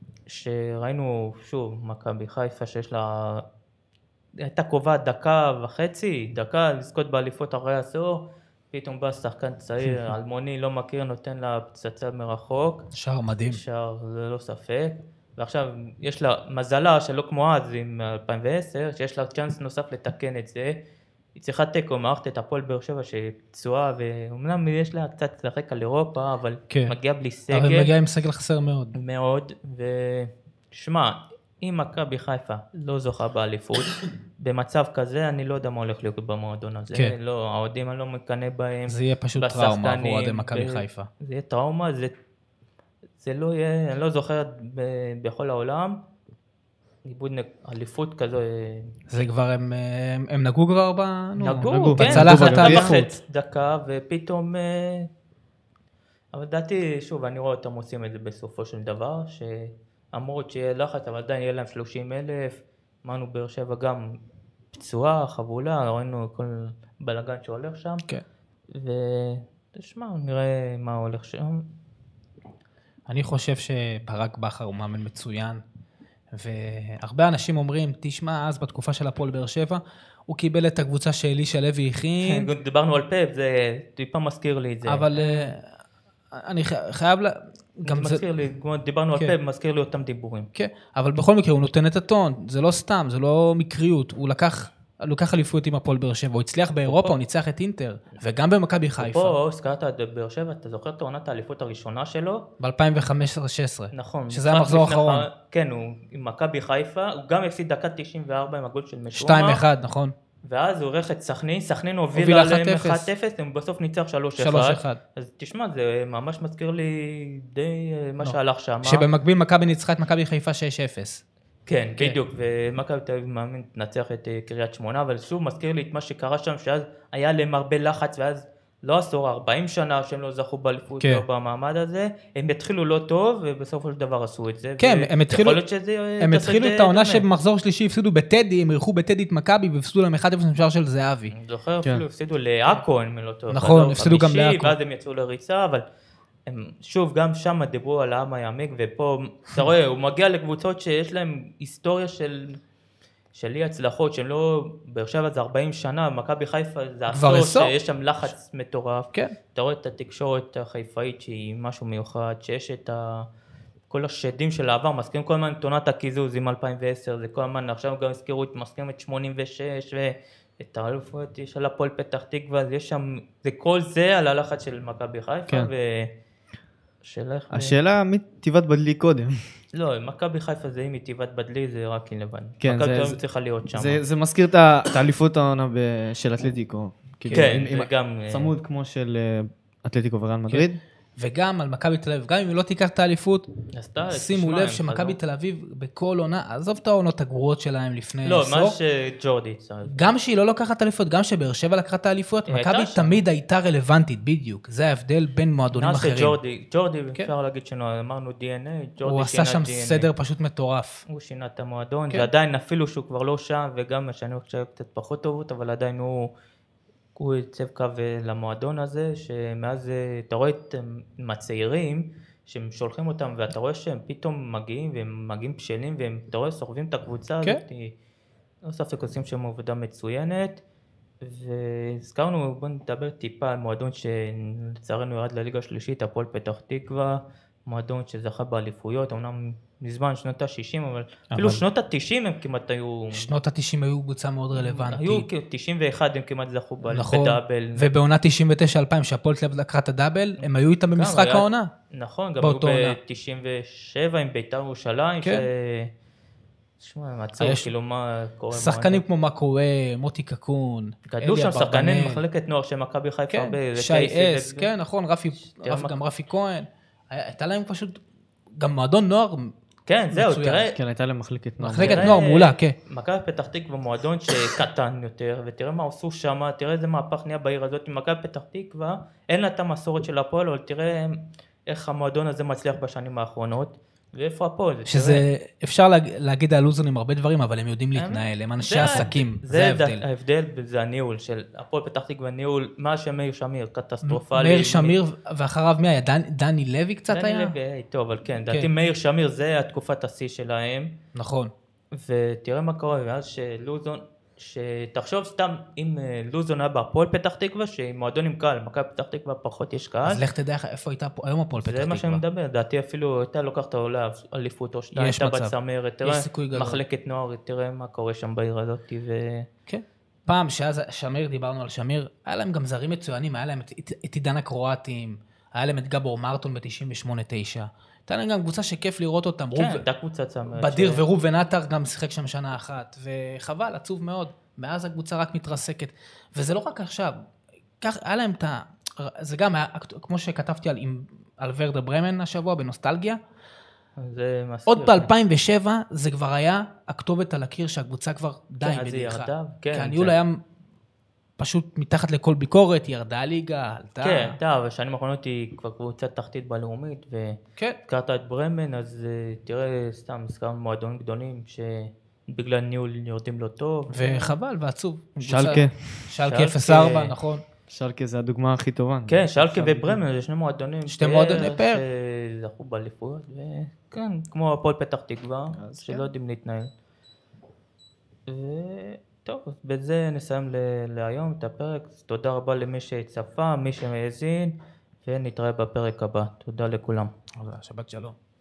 שראינו שוב מכבי חיפה שיש לה, הייתה קובעת דקה וחצי, דקה לזכות באליפות אחרי עשור, פתאום בא שחקן צעיר, אלמוני לא מכיר, נותן לה פצצה מרחוק. שער מדהים. שער, זה לא ספק. ועכשיו יש לה מזלה שלא כמו אז עם אלפיים ועשר, שיש לה צ'אנס נוסף לתקן את זה. היא צריכה תיקו, מערכת את הפועל באר שבע שפצועה, ואומנם יש לה קצת לשחק על אירופה, אבל כן. מגיעה בלי סגל. אבל מגיעה עם סגל חסר מאוד. מאוד, ושמע, אם מכבי חיפה לא זוכה באליפות, במצב כזה אני לא יודע מה הולך להיות במועדון הזה. כן. לא, העודים אני לא מקנה בהם. זה יהיה פשוט טראומה עבור עודי מכבי חיפה. זה יהיה טראומה, זה, זה לא יהיה, אני לא זוכר ב- בכל העולם. איבוד אליפות כזו. זה כבר, הם, הם, הם נגעו כבר ב... נגעו, כן, בצלחת האליפות. דקה, ופתאום... אבל דעתי, שוב, אני רואה אותם עושים את זה בסופו של דבר, שאמרות שיהיה לחץ, אבל עדיין יהיה להם שלושים אלף, אמרנו באר שבע גם פצועה, חבולה, ראינו כל בלגן שהולך שם. כן. ותשמע, נראה מה הולך שם. אני חושב שברק בכר הוא מאמן מצוין, והרבה אנשים אומרים, תשמע, אז בתקופה של הפועל באר שבע, הוא קיבל את הקבוצה שאלישע לוי הכין. דיברנו על פאפ, זה טיפה מזכיר לי את זה. אבל אני חייב לה... גם זה מזכיר לי, כמו דיברנו על פאפ, מזכיר לי אותם דיבורים. כן, אבל בכל מקרה הוא נותן את הטון, זה לא סתם, זה לא מקריות, הוא לקח... לוקח אליפות עם הפועל באר שבע, הוא הצליח באירופה, הוא ניצח את אינטר, וגם במכבי חיפה. פה, הזכרת את באר שבע, אתה זוכר את עונת האליפות הראשונה שלו? ב-אלפיים וחמש עשרה שש עשרה. נכון. שזה היה המחזור האחרון. כן, הוא עם מכבי חיפה, הוא גם הפסיד דקה תשעים וארבע עם הגול של משומר. שתיים אחד, נכון. ואז הוא עורך את סכנין, סכנין הובילה עליהם אחת אפס, הם בסוף ניצח שלוש אחד. אז תשמע, זה ממש מזכיר לי די מה שהלך שם. שבמקביל מכבי ניצחה את מכבי חיפה שש אפס. כן, בדיוק, ומכבי תל אביב מאמין תנצח את קריית שמונה, אבל שוב מזכיר לי את מה שקרה שם, שאז היה להם הרבה לחץ, ואז לא עשור, ארבעים שנה שהם לא זכו באליפות או במעמד הזה, הם התחילו לא טוב, ובסופו של דבר עשו את זה. כן, הם התחילו, הם התחילו את העונה שבמחזור שלישי הפסידו בטדי, הם אירחו בטדי את מכבי, והפסידו להם אחד אפס משער של זהבי. אני זוכר אפילו, הפסידו לעכו, הם לא טוב. נכון, הפסידו גם לעכו. ואז הם יצאו לריצה, אבל הם, שוב, גם שם דיברו על העם היעמיק, ופה, אתה רואה, הוא מגיע לקבוצות שיש להם היסטוריה של, של אי הצלחות, שהם לא, באר שבע זה ארבעים שנה, מכבי חיפה זה עשור, שיש שם לחץ מטורף. כן. אתה רואה את התקשורת החיפאית שהיא משהו מיוחד, שיש את ה, כל השדים של העבר, מסכים כל הזמן תונת הקיזוז עם אלפיים ועשר, זה כל הזמן, עכשיו גם הזכירו את מסכים את שמונים ושש, ואת האלופות של הפועל פתח תקווה, אז יש שם, זה כל זה על הלחץ של מכבי חיפה, כן. ו... השאלה מי טבעת בדלי קודם. לא, מכבי חיפה זה אם היא טבעת בדלי, זה רק עם לבן. כן, מכבי תל אביב צריכה להיות שם. זה מזכיר את האליפות העונה של אתלטיקו. כן, וגם... צמוד כמו של אתלטיקו וריאל מדריד. וגם על מכבי תל אביב, גם אם היא לא תיקח את האליפות, שימו לב שמכבי תל אביב בכל עונה, עזוב את העונות הגרועות שלהם לפני לא, מה שג'ורדי צריך. גם שהיא לא לוקחת האליפות, גם שבאר שבע לקחה את האליפות, מכבי תמיד הייתה רלוונטית, בדיוק. זה ההבדל בין מועדונים אחרים. ג'ורדי, ג'ורדי, אפשר להגיד שאמרנו די אן איי, הוא עשה שם סדר פשוט מטורף. הוא שינה את המועדון, ועדיין אפילו שהוא כבר לא שם, וגם השנים שהיו קצת פחות טובות, אבל עדיין הוא... הוא יצב קו למועדון הזה, שמאז אתה רואה את הצעירים, שהם שולחים אותם, ואתה רואה שהם פתאום מגיעים, והם מגיעים בשלים, והם, אתה רואה, סוחבים את הקבוצה הזאת, לא ספק עושים שם עבודה מצוינת, והזכרנו, בואו נדבר טיפה על מועדון שלצערנו ירד לליגה השלישית, הפועל פתח תקווה, מועדון שזכה באליפויות, אמנם מזמן שנות ה-שישים, אבל אפילו שנות ה-תשעים הם כמעט היו... שנות ה-תשעים היו קבוצה מאוד רלוונטית. היו תשעים ואחת הם כמעט זכו בדאבל. ובעונה תשעים ותשע אלפיים שהפועל תל אביב לקחה את הדאבל, הם היו איתם במשחק העונה. נכון, גם היו ב-תשעים ושבע עם בית"ר ירושלים, ש... תשמע, מעצור, כאילו מה קורה... שחקנים כמו מה קורה, מוטי קקון, גדלו שם שחקנים מחלקת נוער של מכבי חיפה. שי אס, כן, נכון, גם רפי כהן. הייתה להם פשוט גם מועדון נוער מצוין. כן, זהו, תראה. כן, הייתה להם מחלקת נוער. מחלקת נוער מעולה, כן. מכבי פתח תקווה מועדון שקטן יותר, ותראה מה עשו שם, תראה איזה מהפך נהיה בעיר הזאת. מכבי פתח תקווה, אין לה את המסורת של הפועל, אבל תראה איך המועדון הזה מצליח בשנים האחרונות. ואיפה הפועל? שזה, אפשר להגיד על לוזונים הרבה דברים, אבל הם יודעים להתנהל, הם אנשי עסקים, זה ההבדל. זה ההבדל, זה הניהול של הפועל פתח תקווה, ניהול, מה שמאיר שמיר, קטסטרופלי. מאיר שמיר, ואחריו מי היה? דני לוי קצת היה? דני לוי, טוב, אבל כן, דעתי מאיר שמיר, זה התקופת השיא שלהם. נכון. ותראה מה קורה, ואז שלוזון, שתחשוב סתם אם לוזון היה בהפועל פתח תקווה, שעם מועדון עם קהל, מכבי פתח תקווה פחות יש קהל. אז לך תדע איפה הייתה היום הפועל פתח תקווה. זה מה שאני מדבר, דעתי אפילו הייתה לוקחת עולה אליפות או שתיים, הייתה בצמרת, תראה מחלקת נוער, תראה מה קורה שם בעיר הזאת. כן, פעם שאז שמיר, דיברנו על שמיר, היה להם גם זרים מצוינים, היה להם את עידן הקרואטים, היה להם את גבור מרטון ב-תשעים ושמונה תשע, הייתה להם גם קבוצה שכיף לראות אותם. כן, הייתה קבוצה צמרת. בדיר ורובן עטר גם שיחק שם שנה אחת, וחבל, עצוב מאוד. מאז הקבוצה רק מתרסקת. וזה לא רק עכשיו. כך, היה להם את ה... זה גם היה, כמו שכתבתי על, על ורדר ברמן השבוע, בנוסטלגיה. זה מסתיר. עוד ב-אלפיים ושבע זה כבר היה הכתובת על הקיר שהקבוצה כבר די כן, בדעיכה. כן, כן, הניהול היה פשוט מתחת לכל ביקורת, ירדה הליגה, עלתה. כן, אתה, בשנים האחרונות היא כבר קבוצה תחתית בלאומית, כן. והזכרת את ברמן, אז תראה, סתם, הזכרנו מועדונים גדולים, ש... בגלל ניהול יורדים לא טוב. וחבל ועצוב. שלקה. שלקה אפס ארבע, נכון. שלקה זה הדוגמה הכי טובה. כן, שלקה וברמן, זה שני מועדונים. שתי מועדוני פאר. שזכו באליפויות, וכן, כמו הפועל פתח תקווה, שלא יודעים להתנהל. וטוב, בזה נסיים להיום את הפרק. תודה רבה למי שצפה, מי שמאזין, ונתראה בפרק הבא. תודה לכולם. שבת שלום.